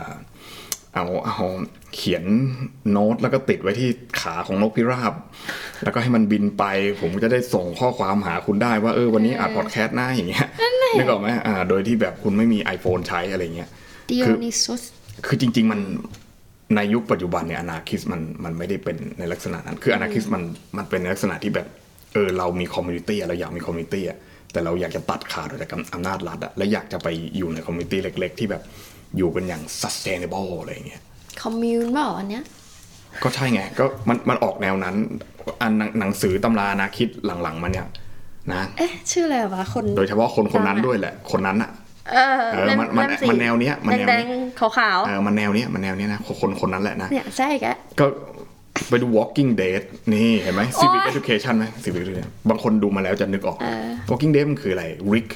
S1: เขียนโน้ตแล้วก็ติดไว้ที่ขาของนกพิราบแล้วก็ให้มันบินไปผมก็จะได้ส่งข้อความหาคุณได้ว่าวันนี้อัดพอดแคสต์นะอย่างเงี้ยนึกออกไหมโดยที่แบบคุณไม่มี iPhone ใช้อะไรเงี้ยคือจริงๆมันในยุคปัจจุบันเนี่ยอนาคิสมันไม่ได้เป็นในลักษณะนั้นคืออนาคิสมันเป็นในลักษณะที่แบบเรามีคอมมูนิตี้เราอยากมีคอมมูนิตี้แต่เราอยากจะตัดขาดออกจากอำนาจรัฐและอยากจะไปอยู่ในคอมมูนิตี้เล็กๆที่แบบอยู่กันอย่าง sustainable อะไรเงี้ย
S2: คอมมิวน์เปล่าอันเนี้ย
S1: ก็ใช่ไงก็มันออกแนวนั้นหนังสือตำราอนาคิสหลังๆมันเนี่ยนะ
S2: ชื่ออะไรวะคน
S1: โดยเฉพาะคนนั้นด้วยแหละคนนั้นอะมันแนวเนี้ยมัน
S2: แดงๆขาว
S1: ๆมันแนวเนี้ยนะคนนั้นแหละนะ
S2: เนี่ยใช่แก
S1: ก็ไปดู Walking Dead นี่เห็นไหม Civic Education ไหม Civic Education บางคนดูมาแล้วจะนึกออก Walking Dead มันคืออะไร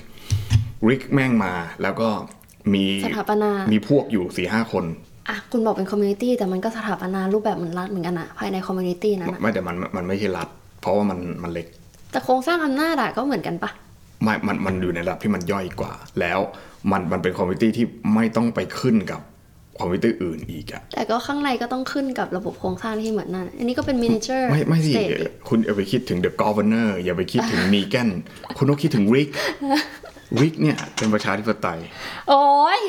S1: Rick แม่งมาแล้วก็มีพวกอยู่ 4-5 คน
S2: คุณบอกเป็นคอมมูนิตี้แต่มันก็สถาปนารูปแบบเหมือนรัฐเหมือนกันภายในคอมมูนิตี้นั้น
S1: ไม่แต่มันไม่ใช่รัฐเพราะว่ามันเล็ก
S2: แต่โครงสร้างอำนาจก็เหมือนกันปะ
S1: ไม่มันอยู่ในระดับที่มันย่อยกว่าแล้วมันเป็นคอมมูนิตี้ที่ไม่ต้องไปขึ้นกับคอมมิตี้อื่นอีก
S2: แต่ก็ข้างในก็ต้องขึ้นกับระบบโครงสร้างที่เหมือนนั่นอันนี้ก็เป็นมินิเจอร์
S1: ไม่สิคุณอย่าไปคิดถึง The Governor อย่าไปคิดถึง Megan คุณต้องคิดถึง Rick เนี่ยเป็นประชาธิปไตย
S2: โอ้ย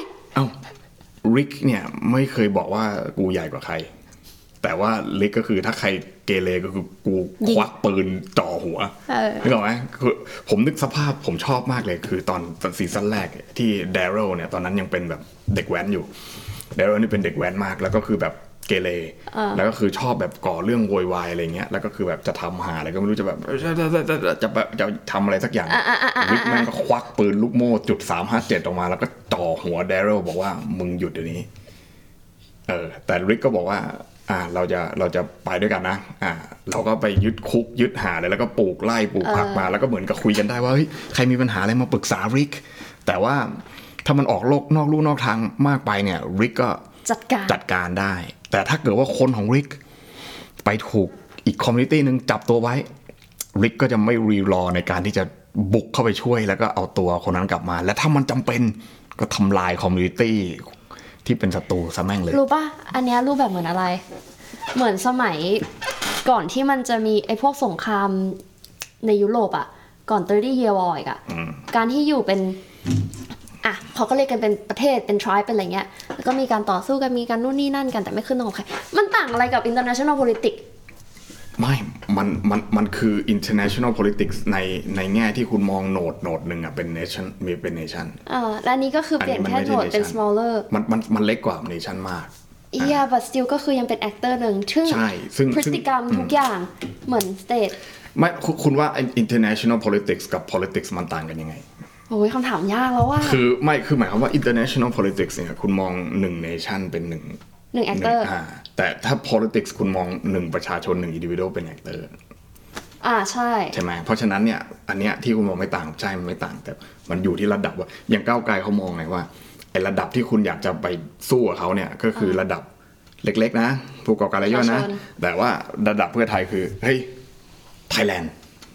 S1: Rick เนี่ยไม่เคยบอกว่ากูใหญ่กว่าใครแต่ว่า Rick ก็คือถ้าใครเกเรก็คือกูควักปืนจ่อหัวนึกออกไหมคือผมนึกสภาพผมชอบมากเลยคือตอนซีซั่นแรกที่ Daryl เนี่ยตอนนั้นยังเป็นแบบเด็กแว้นอยู่Daryl นี่เป็นเด็กแว้นมากแล้วก็คือแบบเกเรแล้วก็คือชอบแบบก่อเรื่องโวยวายอะไรเงี้ยแล้วก็คือแบบจะทำหาอะไรก็ไม่รู้จะแบบจะทำอะไรสักอย่างวิกแม่งก็ควักปืนลูกโม่.357ออกมาแล้วก็จ่อหัว Daryl บอกว่ามึงหยุดเดี๋ยวนี้แต่ริกก็บอกว่าเราจะไปด้วยกันนะเราก็ไปยึดคุกยึดหาเลยแล้วก็ปลูกไร่ปลูกผักมาแล้วก็เหมือนกับคุยกันได้ว่าเฮ้ยใครมีปัญหาอะไรมาปรึกษาริกแต่ว่าถ้ามันออกโลกนอกลู่นอกทางมากไปเนี่ยริกก็จัดการได้แต่ถ้าเกิดว่าคนของริกไปถูกอีกคอมมูนิตี้นึงจับตัวไว้ริกก็จะไม่รีรอในการที่จะบุกเข้าไปช่วยแล้วก็เอาตัวคนนั้นกลับมาและถ้ามันจำเป็นก็ทำลายคอมมูนิตี้ที่เป็นศัตรูซะแม่งเลย
S2: รู้ป่ะอันนี้รูปแบบเหมือนอะไรเหมือนสมัยก่อนที่มันจะมีไอ้พวกสงครามในยุโรปก่อน30 Year War อีกการที่อยู่เป็นเขาก็เรียกกันเป็นประเทศเป็น tribe เป็นอะไรเงี้ยแล้วก็มีการต่อสู้กันมีการนู่นนี่นั่นกันแต่ไม่ขึ้นตรงกับใครมันต่างอะไรกับ international politics
S1: ไม่มันคือ international politics ในแง่ที่คุณมองโหนดนึงเป็น nation มีเป็น nation
S2: และนี้ก็คือเปลี่ยนแค่โหนดเป็น smaller
S1: มันเล็กกว่า nation มาก
S2: but still ก็คือยังเป็น actor หนึ่งซึ่งพฤติกรรมทุกอย่างเหมือน state
S1: ไม่คุณว่า international politics กับ politics มันต่างกันยังไง
S2: โอ้ยคำถามยากแล้วว่า
S1: คือหมายความว่า international politics เนี่ยคุณมอง1 nation เป็น1
S2: actor
S1: แต่ถ้า politics คุณมอง1ประชาชน1 individual เป็น actor ใช่ไหมเพราะฉะนั้นเนี่ยอันเนี้ยที่คุณมองไม่ต่างใช่มันไม่ต่างแต่มันอยู่ที่ระดับว่าอย่างก้าวไกลเขามองไงว่าไอ้ระดับที่คุณอยากจะไปสู้กับเขาเนี่ยก็คือระดับเล็กๆนะผู้ก่อการร้ายย่อยนะแต่ว่าระดับเพื่อไทยคือเฮ้ย Thailand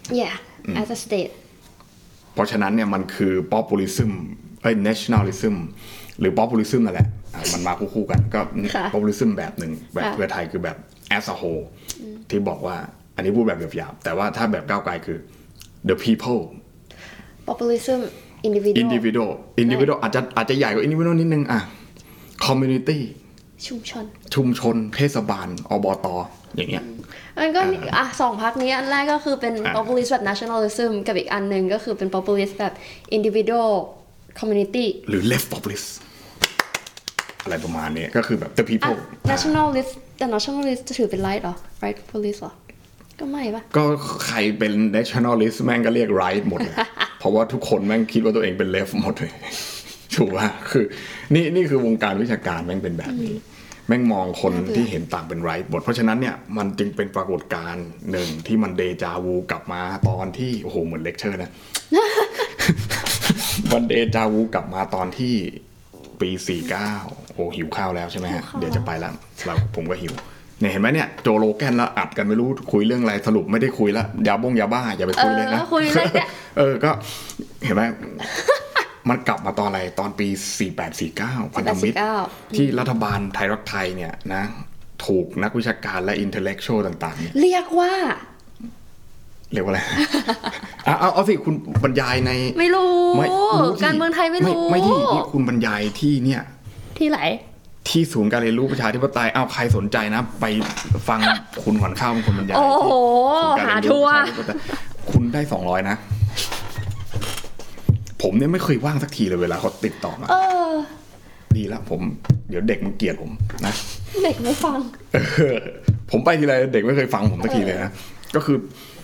S2: as a state
S1: เพราะฉะนั้นเนี่ยมันคือ populism nationalism หรือ populism นั่นแหละมันมาคู่กันก็ populism แบบหนึ่งแบบเพื่อไทยคือแบบ as a whole ที่บอกว่าอันนี้พูดแบบหยาบๆแต่ว่าถ้าแบบก้าวไกลคือ the people
S2: populism individual
S1: อาจจะใหญ่กว่า individual นิดนึงcommunity ชุมชนเทศบาลอบต.อย่างเงี้ย
S2: มันก็สองพรรคนี้อันแรกก็คือเป็น populist แบบ nationalism กับอีกอันนึงก็คือเป็น populist แบบ individual community
S1: หรือ left populist อะไรประมาณนี้ก็คือแบบ the people
S2: nationalist แต่ nationalist จะถือเป็น right หรอ right populist หรอก็ไม่ปะ
S1: ก็ใครเป็น nationalist แม่งก็เรียก right หมดเลย เพราะว่าทุกคนแม่งคิดว่าตัวเองเป็น left หมดเลยถูกป่ะคือนี่คือวงการวิชาการแม่งเป็นแบบนี้แม่งมองคนที่เห็นต่างเป็นไรท์หมดเพราะฉะนั้นเนี่ยมันจึงเป็นปรากฏการณ์หนึ่งที่มันเดจาวูกลับมาตอนที่โอ้โหเหมือนเลคเชอร์นะ มันเดจาวูกลับมาตอนที่ปี49โอ้หิวข้าวแล้วใช่ไหมฮะเดี๋ยวจะไปแล้วผมก็หิวเนี่ยเห็นไหมเนี่ยโจโรแกนแล้วอัดกันไม่รู้คุยเรื่องอะไรสรุปไม่ได้คุยแล้วยาบ้าอย่าไปคุยเลยนะ
S2: คุยเลยเนี่ย
S1: ก็เห็นไหมมันกลับมาตอนอะไรตอนปี48-49พันธมิตรที่รัฐบาลไทยรักไทยเนี่ยนะถูกนักวิชาการและอินเทลเล็กชวลต่างๆเนี่ย
S2: เรียกว่า
S1: อะไร เอาสิคุณบรรยายใน
S2: ไม่รู้การเมืองไทยไม่รู้
S1: ไม่ที่คุณบรรยายที่เนี่ย
S2: ที่ไหน
S1: ที่ศูนย์การเรียนรู้ประชาธิปไตยใครสนใจนะไปฟังคุณขวัญข้าวเป็นคนบรรยาย
S2: โอ้โหหาทัวร์
S1: คุณได้200นะผมเนี่ยไม่เคยว่างสักทีเลยเวลาเขาติดต่อมาดีแล้วผมเดี๋ยวเด็กมันเกลียดผมนะ
S2: เด็กไม่ฟัง
S1: ผมไปทีไรเด็กไม่เคยฟังผมสักทีเลยนะก็คือ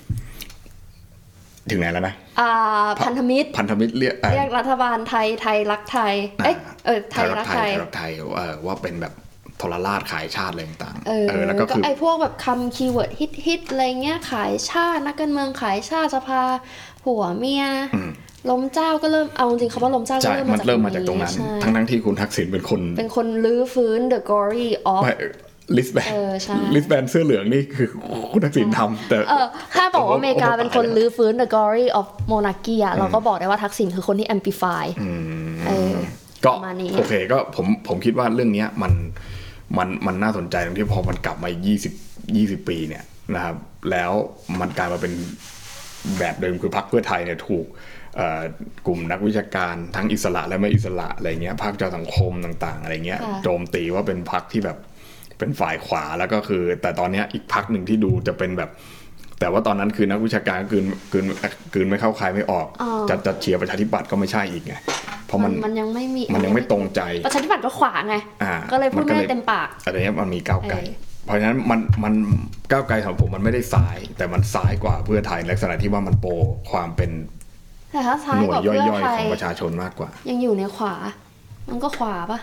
S1: ถึงไหนแล้วนะ
S2: พันธมิตร
S1: เรีย
S2: กรัฐบาลไทยรักไทยไทยรักไทย
S1: ว่าเป็นแบบทรราชขายชาติอะไรต่าง
S2: แล้วก็คือไอ้พวกแบบคำคีย์เวิร์ดฮิตอะไรเงี้ยขายชาตินักการเมืองขายชาติสภาผัวเมียล้มเจ้าก็เริ่มเอาจริงๆคำว่าล้มเจ้าก็
S1: เริ่มมาจากตรงนั้นทั้งที่คุณทักษิณเป็น
S2: คนลื้อฟื้น The Glory of
S1: ลิสแบนเสื้อเหลืองนี่คือคุณทักษิณทำแต่
S2: ถ้าบอกว่าอเมริกาเป็นคนลื้อฟื้น The Glory of Monarchy เราก็บอกได้ว่าทักษิณคือคนที่ amplify
S1: ก็โอเคก็ผมคิดว่าเรื่องนี้มันน่าสนใจตรงที่พอมันกลับมา20ปีเนี่ยนะครับแล้วมันกลายมาเป็นแบบเดิมคือพรรคเพื่อไทยเนี่ยถูกกลุ่มนักวิชาการทั้งอิสระและไม่อิสระอะไรเงี้ยพรรคเจ้าสังคมต่างๆอะไรเงี้ยโจมตีว่าเป็นพรรคที่แบบเป็นฝ่ายขวาแล้วก็คือแต่ตอนนี้อีกพรรคหนึ่งที่ดูจะเป็นแบบแต่ว่าตอนนั้นคือนักวิชาการกลืนไม่เข้าใครไม่ออกจะเชียร์ประชาธิปัตย์ก็ไม่ใช่อีกไงเพราะมันยังไม่ตรงใจ
S2: ประชาธิปัตย์ก็ขวาไงก็เลยพูดไม่ได้เต็มปาก
S1: อะไรเงี้ยมันมีก้าวไกลเพราะฉะนั้นมันก้าวไกลของผมมันไม่ได้ซ้ายแต่มันซ้ายกว่าเพื่อไทยลักษณะที่ว่ามันโปรความเป็นหน่วยย่อยๆของประชาชนมากกว่า
S2: ยังอยู่ในขวามันก็ขวาปะ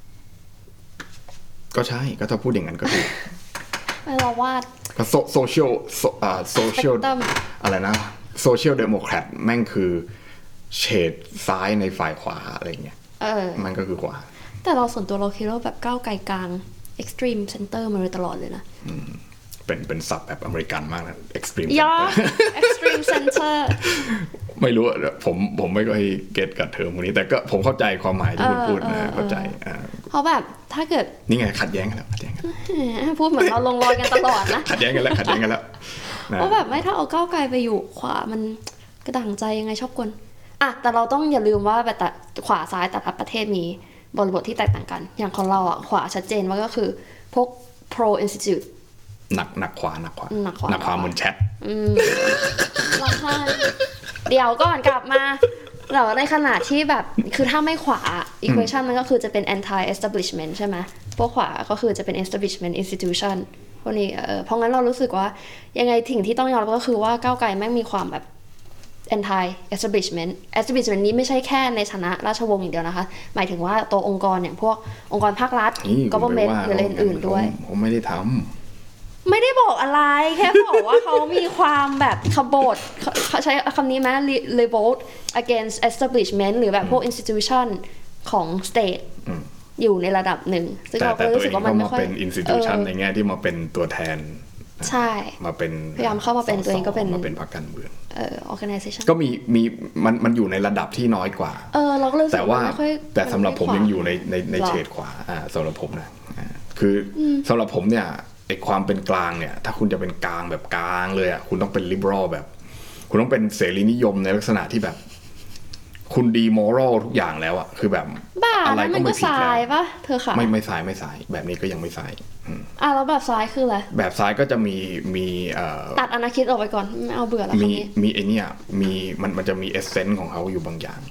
S1: ก็ใช่ก็ถ้าพูดอย่างนั้นก็ถูก
S2: เราวาด
S1: ก็โซเชียลอะไรนะโซเชียลเดโมแครตแม่งคือเฉดซ้ายในฝ่ายขวาอะไรเงี้ยมันก็คือขวา
S2: แต่เราส่วนตัวเราคิดว่าแบบก้าวไกลกลาง extreme center มาโดยตลอดเลยนะ
S1: เป็นศัพท์แบบอเมริกันมากนะ extreme
S2: extreme center
S1: ไม่รู้ผมไม่ค่อยเก็ตกับเทอมพวกนี้แต่ก็ผมเข้าใจความหมายที่คุณพูดนะเข้าใจ
S2: เพราะแบบถ้าเกิด
S1: นี่ไงขัดแย้งกันแล้ว
S2: พูดเหมือนเราลงรอยกันตลอดนะ
S1: ขัดแย้งกันแล้ว
S2: เพราะแบบไม่ถ้าเอาก้าวไกลไปอยู่ขวามันกระด่างใจยังไงชอบกลแต่เราต้องอย่าลืมว่าแบบขวาซ้ายแต่ละประเทศมีบริบทที่แตกต่างกันอย่างของเราขวาชัดเจนว่าก็คือพวก pro institute
S1: หนักขวาเหมือนแชท
S2: เราใช่เดี๋ยวก่อนกลับมาเราในขณะที่แบบคือถ้าไม่ขวา equation มันก็คือจะเป็น anti establishment ใช่ไหมพวกขวาก็คือจะเป็น establishment institution พวกนี้เพราะงั้นเรารู้สึกว่ายังไงสิ่งที่ต้องยอมรับก็คือว่าก้าวไกลแม่งมีความแบบ anti establishment นี้ไม่ใช่แค่ในฐานะราชวงศ์อย่างเดียวนะคะหมายถึงว่าตัวองค์กรอย่างพวกองค์กรภาครัฐ government หรืออะไรอื่นๆด้วย
S1: ผมไม่ได้ทำ
S2: ไม่ได้บอกอะไรแค่บอกว่าเขามีความแบบขบฏเขาใช้คำนี้ไหม revolt against establishment หรือแบบพวก institution ของ state อยู่ในระดับหนึ่งซึ่งเราก็รู้สึกว่ามันไม่ค่อย
S1: เป็น institution ในแง่ที่มาเป็นตัวแทน
S2: ใช่
S1: มาเป็น
S2: พยายามเข้ามาเป็นตัวเองก็เป็น
S1: มาเป็นพรรคการเมือง
S2: organization
S1: ก็มีมันอยู่ในระดับที่น้อยกว่า
S2: เราก็เลยรู้สึกว่า
S1: แต่สำหรับผมยังอยู่ในเฉดขวาสำหรับผมนะคือสำหรับผมเนี่ยไอ้ความเป็นกลางเนี่ยถ้าคุณจะเป็นกลางแบบกลางเลยคุณต้องเป็น liberal แบบคุณต้องเป็นเสรีนิยมในลักษณะที่แบบคุณดีมอรัลทุกอย่างแล้วคือแบบ
S2: อะไรก็ไม่ผิดแล้วปะเธอค่ะ
S1: ไม่สายแบบนี้ก็ยังไม่สาย
S2: แล้วแบบซ้ายคืออะไร
S1: แบบซ้ายก็จะมี
S2: ตัดอนาคิดออกไปก่อนไม่เอาเบื่อแล้ว
S1: มีไอเนี่ยมันจะมีเอเซนส์ของเขาอยู่บางอย่าง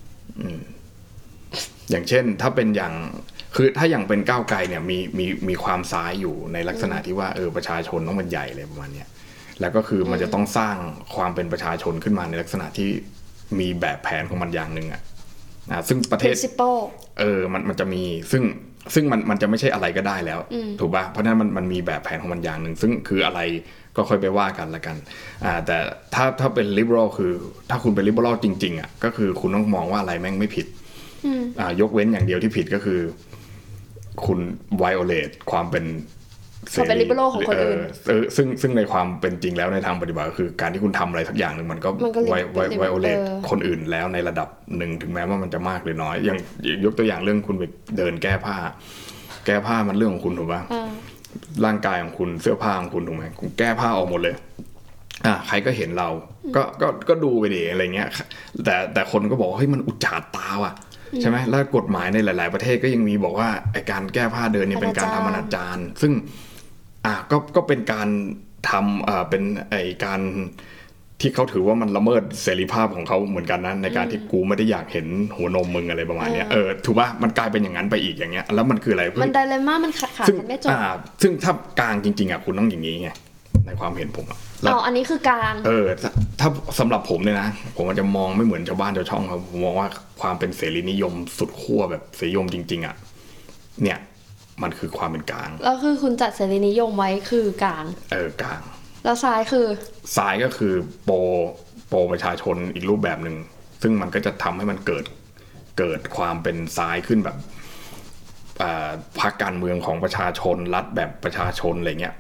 S1: อย่างเช่นถ้าเป็นอย่างคือถ้าอย่างเป็นก้าวไกลเนี่ยมีความซ้ายอยู่ในลักษณะที่ว่าประชาชนต้องมันใหญ่เลยประมาณเนี้ยแล้วก็คือมันจะต้องสร้างความเป็นประชาชนขึ้นมาในลักษณะที่มีแบบแผนของมันอย่างนึงซึ่งประเทศ
S2: principle
S1: มันจะมีซึ่งซึ่งมันจะไม่ใช่อะไรก็ได้แล้วถูกป่ะเพราะนั้นมันมีแบบแผนของมันอย่างหนึ่งซึ่งคืออะไรก็ค่อยไปว่ากันละกันแต่ถ้าเป็น liberal คือถ้าคุณเป็น liberal จริงๆอ่ะก็คือคุณต้องมองว่าอะไรแม่งไม่ผิดยกเว้นอย่างเดียวที่ผิดก็คือคุณ violate ความเป็น
S2: liberal ของคนอื่น
S1: ซึ่งในความเป็นจริงแล้วในทางปฏิบัติก็คือการที่คุณทำอะไรสักอย่างหนึ่งมันก็ violate คนอื่นแล้วในระดับหนึ่งถึงแม้ว่ามันจะมากหรือน้อยอย่างยกตัวอย่างเรื่องคุณไปเดินแก้ผ้ามันเรื่องของคุณถูกป่ะร่างกายของคุณเสื้อผ้าของคุณถูกไหมคุณแก้ผ้าออกหมดเลยใครก็เห็นเราก็ดูไปดิอะไรเงี้ยแต่คนก็บอกเฮ้ยมันอุจจาตาว่ะใช่ไหมแล้วกฎหมายในหลายๆประเทศก็ยังมีบอกว่าไอการแก้ผ้าเดินเนี่ยเป็นการทำอนาจารซึ่งก็เป็นการทำเป็นไอการที่เขาถือว่ามันละเมิดเสรีภาพของเขาเหมือนกันนะในการที่กูไม่ได้อยากเห็นหัวนมมึงอะไรประมาณนี้ถูกป่ะมันกลายเป็นอย่างนั้นไปอีกอย่างเงี้ยแล้วมันคืออะไร
S2: มันไดเลม่ามันขัดกันไม่จบ
S1: ซึ่งถ้ากลางจริงๆคุณต้องอย่างนี้ไงในความเห็นผม
S2: อันนี้คือกลาง
S1: ถ้าสำหรับผมเนี่ยนะผมจะมองไม่เหมือนชาวบ้านชาวช่องครับผมมองว่าความเป็นเสรีนิยมสุดขั้วแบบเสรีนิยมจริงๆเนี่ยมันคือความเป็นกลาง
S2: แล้วคือคุณจัดเสรีนิยมไว้คือกลาง
S1: กลาง
S2: แล้วซ้าย
S1: ก็คือโปรประชาชนอีกรูปแบบหนึ่งซึ่งมันก็จะทำให้มันเกิดความเป็นซ้ายขึ้นแบบพรรคการเมืองของประชาชนรัฐแบบประชาชนอะไรเงี้ย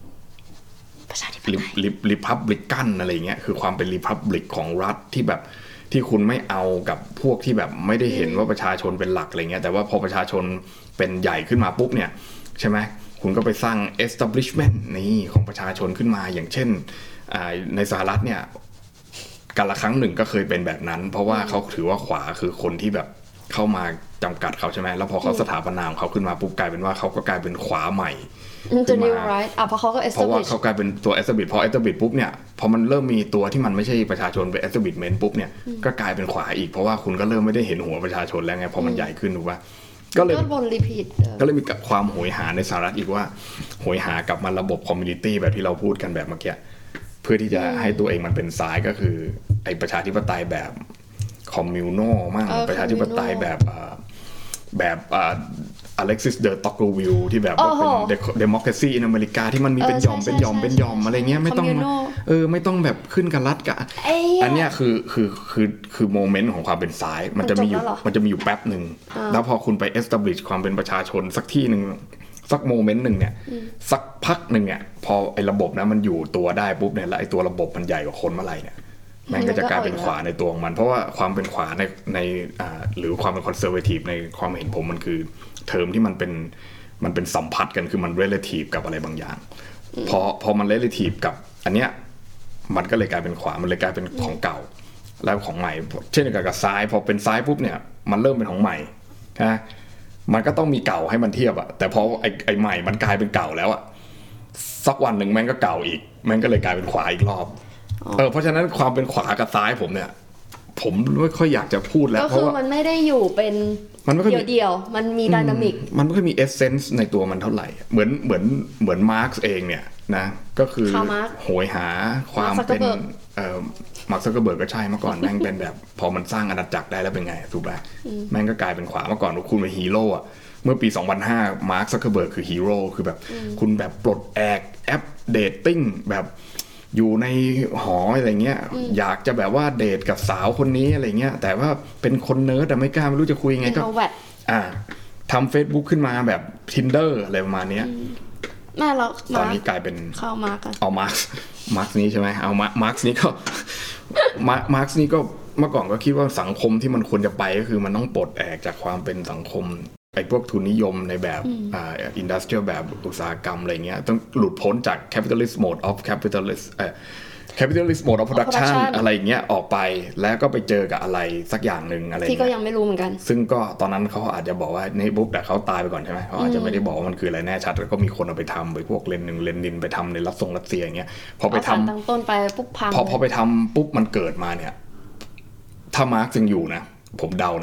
S1: ริพับลิกันอะไรเงี้ยคือความเป็นริพับลิกของรัฐที่แบบที่คุณไม่เอากับพวกที่แบบไม่ได้เห็นว่าประชาชนเป็นหลักอะไรเงี้ยแต่ว่าพอประชาชนเป็นใหญ่ขึ้นมาปุ๊บเนี่ยใช่ไหมคุณก็ไปสร้าง establishment นี่ของประชาชนขึ้นมาอย่างเช่นในสหรัฐเนี่ยกาลครั้งหนึ่งก็เคยเป็นแบบนั้นเพราะว่าเขาถือว่าขวาคือคนที่แบบเข้ามาจำกัดเขาใช่ไหมแล้วพอเขาสถาปนาของเขาขึ้นมาปุ๊บกลายเป็นว่าเขาก็กลายเป็นขวาใหม่
S2: จะ new right เพราะเขาก็
S1: เพราะว่าเขากลายเป็นตัว establish พอ establish ปุ๊บเนี่ยพอมันเริ่มมีตัวที่มันไม่ใช่ประชาชนเป็น establishment ปุ๊บเนี่ยก็กลายเป็นขวาอีกเพราะว่าคุณก็เริ่มไม่ได้เห็นหัวประชาชนแล้วไงพอมันใหญ่ขึ้นถูกป่ะก็เลย
S2: วนรีพีท
S1: ก็เลยมีความโหยหาในสหรัฐอีกว่าโหยหากลับมาระบบคอมมูนิตี้แบบที่เราพูดกันแบบเมื่อกี้เพื่อที่จะให้ตัวเองมันเป็นซ้ายก็คือไอ้ประชาธิปไตยแบบคอมมิวโนมั่งประชาธิปไตยแบบอเล็กซิสเดอตอกโรวิลที่แบบเป็นเดโมแครซีในอเมริกาที่มันมีเป็นหย่อมอะไรเงี้ยไม่ต้องแบบขึ้นกับรัฐกะอันเนี้ยคือโมเมนต์ของความเป็นซ้ายมันจะมีอยู่แป๊บนึงแล้วพอคุณไป establish ความเป็นประชาชนสักที่นึงสักโมเมนต์นึงเนี่ยสักพักนึงเนี่ยพอไอ้ระบบนะมันอยู่ตัวได้ปุ๊บเนี่ยแล้วไอ้ตัวระบบมันใหญ่กว่าคนเมื่อไหร่เนี่ยแม่งก็จะกลายเป็นขวาในตัวของมันเพราะว่าความเป็นขวาในหรือความเป็นคอนเซอร์เวทีฟในความเห็นผมมันคือเทอมที่มันเป็นสัมพัทธ์กันคือมัน relative กับอะไรบางอย่างพอมัน relative กับอันเนี้ยมันก็เลยกลายเป็นขวามันเลยกลายเป็นของเก่าแล้วของใหม่เช่นเดียวกับซ้ายพอเป็นซ้ายปุ๊บเนี่ยมันเริ่มเป็นของใหม่นะมันก็ต้องมีเก่าให้มันเทียบอะแต่พอไอ้ใหม่มันกลายเป็นเก่าแล้วอะสักวันหนึ่งแม่งก็เก่าอีกแม่งก็เลยกลายเป็นขวาอีกรอบเพราะฉะนั้นความเป็นขวากับซ้ายผมเนี่ยผมไม่ค่อยอยากจะพูดแล้ว
S2: เพราะว่ามันไม่ได้อยู่เป็นเดียวมันมีไดนามิก
S1: มันไม่ค่อยมีเอเซนส์ในตัวมันเท่าไหร่เหมือนมาร์กซ์เองเนี่ยนะก็คือโหยหาความเป็นมาร์ค ซักเคอร์เบิร์กก็ใช่เมื่อก่อนแม่งเป็นแบบพอมันสร้างอาณาจักรได้แล้วเป็นไงถูกป่ะแม่งก็กลายเป็นขวาเมื่อก่อนคุณเป็นฮีโร่อะเมื่อปี2005มาร์ค ซักเคอร์เบิร์กคือฮีโร่คือแบบคุณแบบปลดแอกแอปเดทติ้งแบบอยู่ในหออะไรเงี้ยอยากจะแบบว่าเดทกับสาวคนนี้อะไรเงี้ยแต่ว่าเป็นคนเนิร์ดแต่ไม่กล้าไม่รู้จะคุยยังไงก็ทำ Facebook ขึ้นมาแบบ Tinder อะไรประมาณนี้
S2: แม่เรา
S1: ตอนนี้กลายเป็น
S2: เข้ามากัน
S1: เอามาร์คนี้ใช่ไหมเอามาร์คนี้ก็มาร์คนี้ก็เมื่อก่อนก็คิดว่าสังคมที่มันควรจะไปก็คือมันต้องปลดแอกจากความเป็นสังคมไอ้พวกทุนนิยมในแบบอินดัสเทรียลแบบอุตสาหกรรมอะไรเงี้ยต้องหลุดพ้นจาก capitalist mode of capitalist mode of production อะไรเงี้ยออกไปแล้วก็ไปเจอกับอะไรสักอย่างนึงอะไร
S2: ที่ก็ยังไม่รู้เหมือนกัน
S1: ซึ่งก็ตอนนั้นเขาอาจจะบอกว่าในบุ๊กแต่เขาตายไปก่อนใช่ไหมเขาอาจจะไม่ได้บอกว่ามันคืออะไรแน่ชัดแล้วก็มีคนเอาไปทำไปพวกเลนินไปทำในรัสเซียอย่างเงี้ยพอไปทำ
S2: ตั้งต้นไปปุ๊บพัง
S1: พอไปทำปุ๊บมันเกิดมาเนี่ยถ้ามาร์กซ์ยังอยู่นะผมเดานะ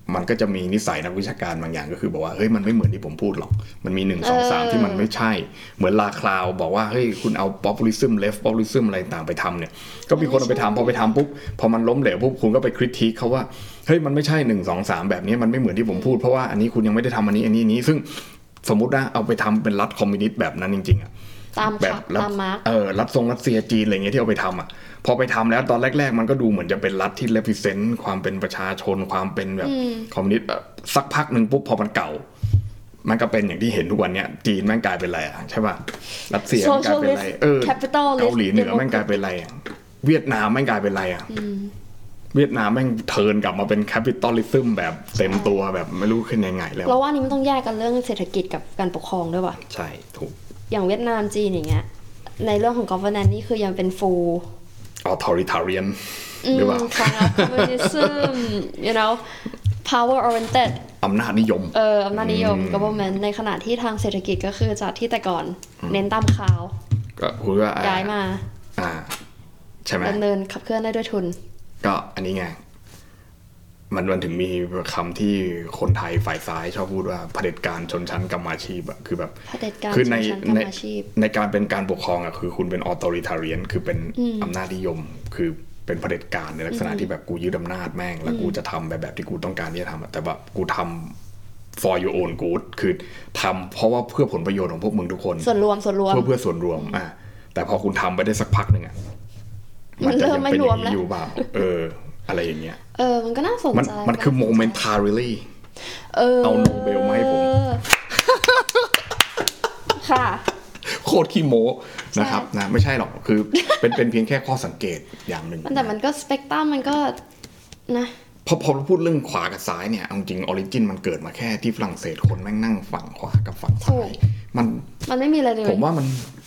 S1: มันก็จะมีนิสัยนักวิชาการบางอย่างก็คือบอกว่าเฮ้ยมันไม่เหมือนที่ผมพูดหรอกมันมี1 2 3ที่มันไม่ใช่เหมือนลาคลาวบอกว่าเฮ้ยคุณเอา populism left populism อะไรต่างไปทำเนี่ยก็มีคนเอาไปทำพอไปทำปุ๊บพอมันล้มเหลวปุ๊บคุณก็ไปคริติคเขาว่าเฮ้ยมันไม่ใช่1 2 3แบบนี้มันไม่เหมือนที่ผมพูดเพราะว่าอันนี้คุณยังไม่ได้ทำอันนี้ซึ่งสมมุตินะเอาไปทำเป็นรัฐคอมมิวนิสต์แบบนั้นจริงๆอ่ะ
S2: แบบตามมาร์ก
S1: รัฐรัสเซียจีนอะไรเงี้ยที่เอาไปทำอ่ะพอไปทำแล้วตอนแรกๆมันก็ดูเหมือนจะเป็นรัฐที่ represent ความเป็นประชาชนความเป็นแบบคอมมิวนิสต์สักพักนึงปุ๊บพอมันเก่ามันก็เป็นอย่างที่เห็นทุกวันเนี้ยจีนแม่งกลายเป็นอะไรอ่ะใช่ป่ะรัสเซียแม่งกลายเป็นอะไรเกาหลีเหนือแม่งกลายเป็นอะไรเวียดนามแม่งกลายเป็นอะไรอ่ะเวียดนามแม่งเทิร์นกลับมาเป็นแคปิตอลิซึมแบบเต็มตัวแบบไม่รู้ขึ้นยังไงแล้ว
S2: เราว่านี่มันต้องแยกกันเรื่องเศรษฐกิจกับการปกครองด้วยป่ะ
S1: ใช่ถูก
S2: อย่างเวียดนามจีนอย่างเงี้ยในเรื่องของ governance นี่คือยังเป็น full
S1: authoritarian หรือว่า
S2: communism you know power oriented
S1: อำนาจนิยม
S2: อำนาจนิยม government ในขณะที่ทางเศรษฐกิจก็คือจากที่แต่ก่อนเน้นตามข่าว
S1: ก็พูดว่า
S2: ย้ายมา
S1: ใช่ไหม
S2: ดำเนินขับเคลื่อนได้ด้วยทุน
S1: ก็อันนี้ไงมันถึงมีคำที่คนไทยฝ่ายซ้ายชอบพูดว่าเผด็จการชนชั้นกรรมาชีพอะคือแบบ
S2: เผด็จการชนชั้นกรรมาชีพ
S1: ในการเป็นการปกครองอะคือคุณเป็น authoritarian คือเป็นอำนาจนิยมคือเป็นเผด็จการในลักษณะที่แบบกูยึดอำนาจแม่งแล้วกูจะทำแบบที่กูต้องการที่จะทำแต่แบบกูทำ for your own good คือทำเพราะว่าเพื่อผลประโยชน์ของพวกมึงทุกคน
S2: ส่วนรวม
S1: เพื่อส่วนรวมแต่พอคุณทำไปได้สักพักนึงอะ
S2: มันเริ่มไม่รวมแล้ว
S1: อยู่เปล่าอะไรอย่างเงี้ย
S2: มันก็น่าสนใจ
S1: มันคือ momentarily เอาโนเบลมาให้ผม
S2: ค่ะ
S1: โคตรขี้โม้นะครับนะไม่ใช่หรอกคือเป็นเพียงแค่ข้อสังเกตอย่างหนึ่ง
S2: แต่มันก็สเปกตรัมมันก็นะ
S1: พอเราพูดเรื่องขวากับซ้ายเนี่ยจริงออริจินมันเกิดมาแค่ที่ฝรั่งเศสคนแม่งนั่งฝั่งขวากับฝั่งซ้าย
S2: มันไม่มีอะไรเลย
S1: ผมว่ามัน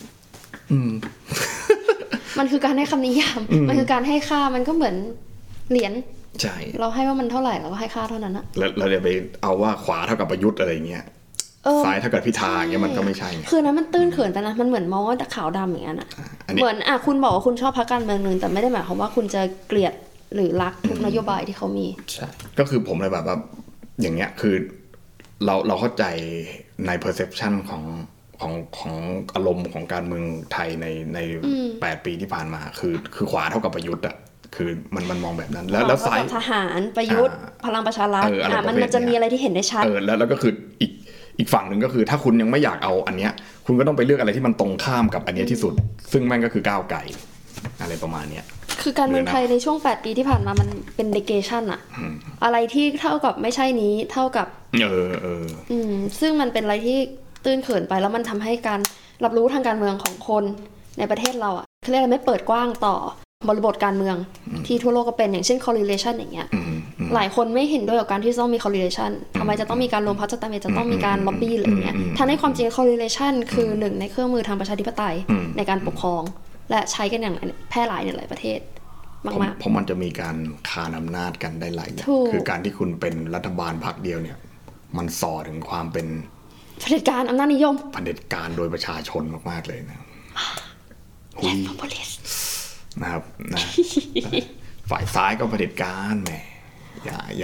S2: มันคือการให้คำนิยามมันคือการให้ค่ามันก็เหมือนเหรียญ
S1: ใช่
S2: เราให้ว่ามันเท่าไหร่เราก็ให้ค่าเท่านั้นอะ
S1: แล้วเราจะไปเอาว่าขวาเท่ากับประยุทธ์อะไรเงี้ยซ้ายเท่ากับพิธาอย่างเงี้ยมันก็ไม่ใช่
S2: คือนั้นมันตื้นเขินไปนะมันเหมือนมองว่าขาวดำอย่างนั้นอะเหมือนคุณบอกว่าคุณชอบพรรคการเมืองนึงแต่ไม่ได้หมายความว่าคุณจะเกลียดหรือรักทุกนโยบายที่เขามี
S1: ใช่ก็คือผมเลยแบบว่าอย่างเงี้ยคือเราเข้าใจใน perception ของอารมณ์ของการเมืองไทยใน8 ปีที่ผ่านมาคือขวาเท่ากับประยุทธ์อ่ะคือมันมองแบบนั้นแล้วซ้าย
S2: ทหารประยุทธ์พลังประชารัฐมันจะมีอะไรที่เห็นได้ชัด
S1: แล้วก็คืออีกฝั่งหนึ่งก็คือถ้าคุณยังไม่อยากเอาอันเนี้ยคุณก็ต้องไปเลือกอะไรที่มันตรงข้ามกับอันเนี้ยที่สุดซึ่งแม่งก็คือก้าวไกลอะไรประมาณเนี้ย
S2: คือการเมืองไทยในช่วง8 ปีที่ผ่านมามันเป็น negation อะอะไรที่เท่ากับไม่ใช่นี้เท่ากับซึ่งมันเป็นอะไรที่ตื้นเขินไปแล้วมันทำให้การรับรู้ทางการเมืองของคนในประเทศเราอ่ะเขาเรียกอะไรไม่เปิดกว้างต่อบริบทการเมืองที่ทั่วโลกก็เป็นอย่างเช่น correlation อย่างเงี้ยหลายคนไม่เห็นด้วยกับการที่ต้องมี correlation ทำไมจะต้องมีการรวมพรรคจะต้องมีการ lobby อะไรเงี้ยทั้งในความจริง correlation คือหนึ่งในเครื่องมือทางประชาธิปไตยในการปกครองและใช้กันอย่างแพร่หลายในหลายประเทศมากๆ
S1: เพราะมันจะมีการคานอำนาจกันได้หลายอย่างคือการที่คุณเป็นรัฐบาลพรรคเดียวเนี่ยมันส่อถึงความเป็น
S2: เผด็จการอำนาจนิยม
S1: เผด็จการโดยประชาชนมากๆเลยนะ
S2: หุย
S1: นะครับนะฝ่ายซ้ายก็เผด็จการแหมอย่า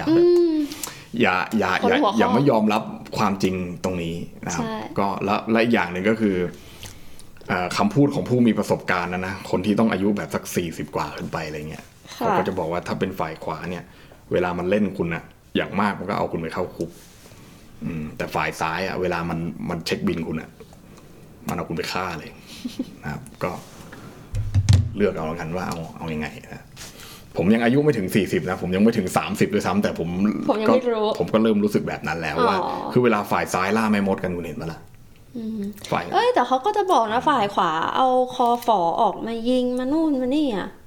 S1: ไม่ยอมรับความจริงตรงนี้นะครับก็และอีกอย่างหนึ่งก็คือคำพูดของผู้มีประสบการณ์นะคนที่ต้องอายุแบบสัก40กว่าขึ้นไปอะไรเงี้ยเขาก็จะบอกว่าถ้าเป็นฝ่ายขวาเนี่ยเวลามันเล่นคุณอะอย่างมากมันก็เอาคุณไปเข้าคุกแต่ฝ่ายซ้ายอ่ะเวลามันเช็คบินคุณอ่ะมันเอาคุณไปฆ่าเลยนะครับก็เลือกเอาแล้วกันว่าเอายังไงนะผมยังอายุไม่ถึง40นะผมยังไม่ถึง30ด้วยซ้ำแต่ผมก็เริ่มรู้สึกแบบนั้นแล้วว่าคือเวลาฝ่ายซ้ายล่าแม่มดกันคุณเห็นมั้ยล่ะ
S2: ฝ่ายแต่เขาก็จะบอกนะฝ่ายขวาเอาคอฝอออกมายิงมานู่นมานี่อ่ะ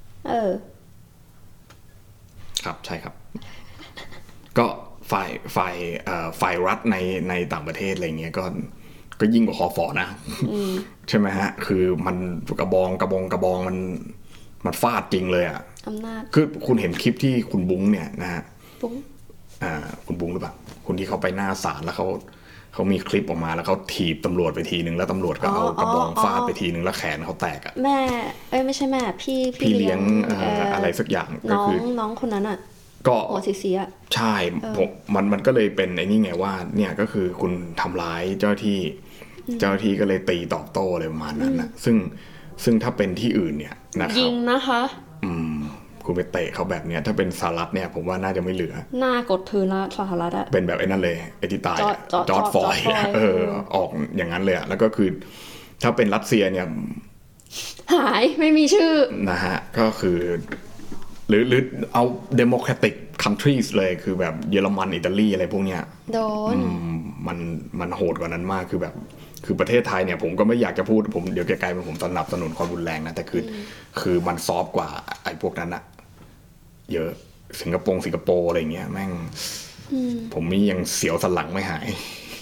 S1: ครับใช่ครับก็ฝ่ายรัฐในต่างประเทศอะไรเงี้ยก็ยิ่งกว่าคอฟอนะใช่ไหมฮะคือมันกระบองมันฟาดจริงเลยอ่ะ
S2: อำนาจ
S1: คือคุณเห็นคลิปที่คุณบุ้งเนี่ยนะฮะ
S2: บุ้ง
S1: คุณบุ้งหรือเปล่าคุณที่เขาไปหน้าศาลแล้วเขามีคลิปออกมาแล้วเขาถีบตำรวจไปทีนึงแล้วตำรวจก็เอากระบองฟาดไปทีนึงแล้วแขนเขาแตกอ่ะ
S2: แม่ไม่ใช่แม่พี่
S1: เลี้ยงอะไรสักอย่าง
S2: ก็คือน้องคนนั้นอ่ะ
S1: ก็
S2: OCC อ่ะ
S1: ใช่มันก็เลยเป็นไอ้นี่ไงว่าเนี่ยก็คือคุณทำร้ายเจ้าที่ก็เลยตีตอบโต้อะไรประมาณนั้นนะซึ่งถ้าเป็นที่อื่นเนี่ยนะครับ
S2: ยิงนะคะ
S1: คุณไปเตะเขาแบบเนี้ยถ้าเป็นสหรัฐเนี่ยผมว่าน่าจะไม่เหลือ
S2: หน้ากดทืนละสหรัฐอะ
S1: เป็นแบบไอ้นั่นเลยไอ้ที่ตายจอร์จฟลอยด์ออกอย่างนั้นเลยอะแล้วก็คือถ้าเป็นรัสเซียเนี่ย
S2: หายไม่มีชื่อ
S1: นะฮะก็คือหรือเอา democratic countries เลยคือแบบเยอรมันอิตาลีอะไรพวกเนี้ย
S2: โดน
S1: มันโหดกว่านั้นมากคือประเทศไทยเนี่ยผมก็ไม่อยากจะพูดผมเดี๋ยวไกลๆเป็นผมสนับสนุนความรุนแรงนะแต่คือมันซอฟต์กว่าไอ้พวกนั้นอะเยอะสิงคโปร์อะไรเงี้ยแม่งผมนี่ยังเสียวสันหลังไม่หาย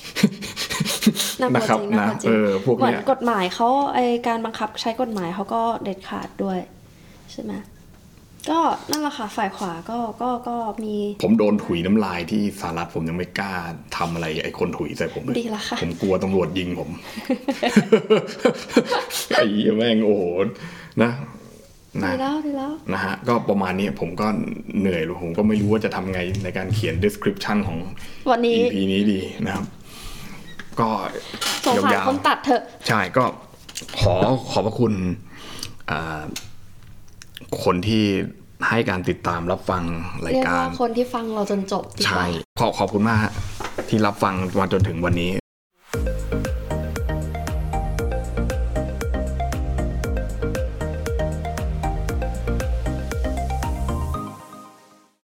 S1: นะครับนะพวกเนี้ย
S2: กฎหมายเขาไอการบังคับใช้กฎหมายเขาก็เด็ดขาดด้วยใช่ไหมก็นั่นแหละค่ะฝ่ายขวาก็มี
S1: ผมโดนถุยน้ำลายที่สหรัฐผมยังไม่กล้าทำอะไรไอ้คนถุยใส่ผมเลย
S2: ดีละค่ะ
S1: ผมกลัวตำรวจยิงผมไอ้แม่งโอ้โหนะ
S2: ดีแล้ว
S1: นะฮะก็ประมาณนี้ผมก็เหนื่อยผมก็ไม่รู้ว่าจะทำไงในการเขียน description ของ
S2: วันนี้
S1: EP นี้ดีนะครับก็
S2: สงสารคนตัดเถอะ
S1: ใช่ก็ขอบพระคุณคนที่ให้การติดตามรับฟังรายการ
S2: เรียกว่าคนที่ฟังเราจนจบ
S1: ใช่ขอบคุณมากที่รับฟังมาจนถึงวันนี้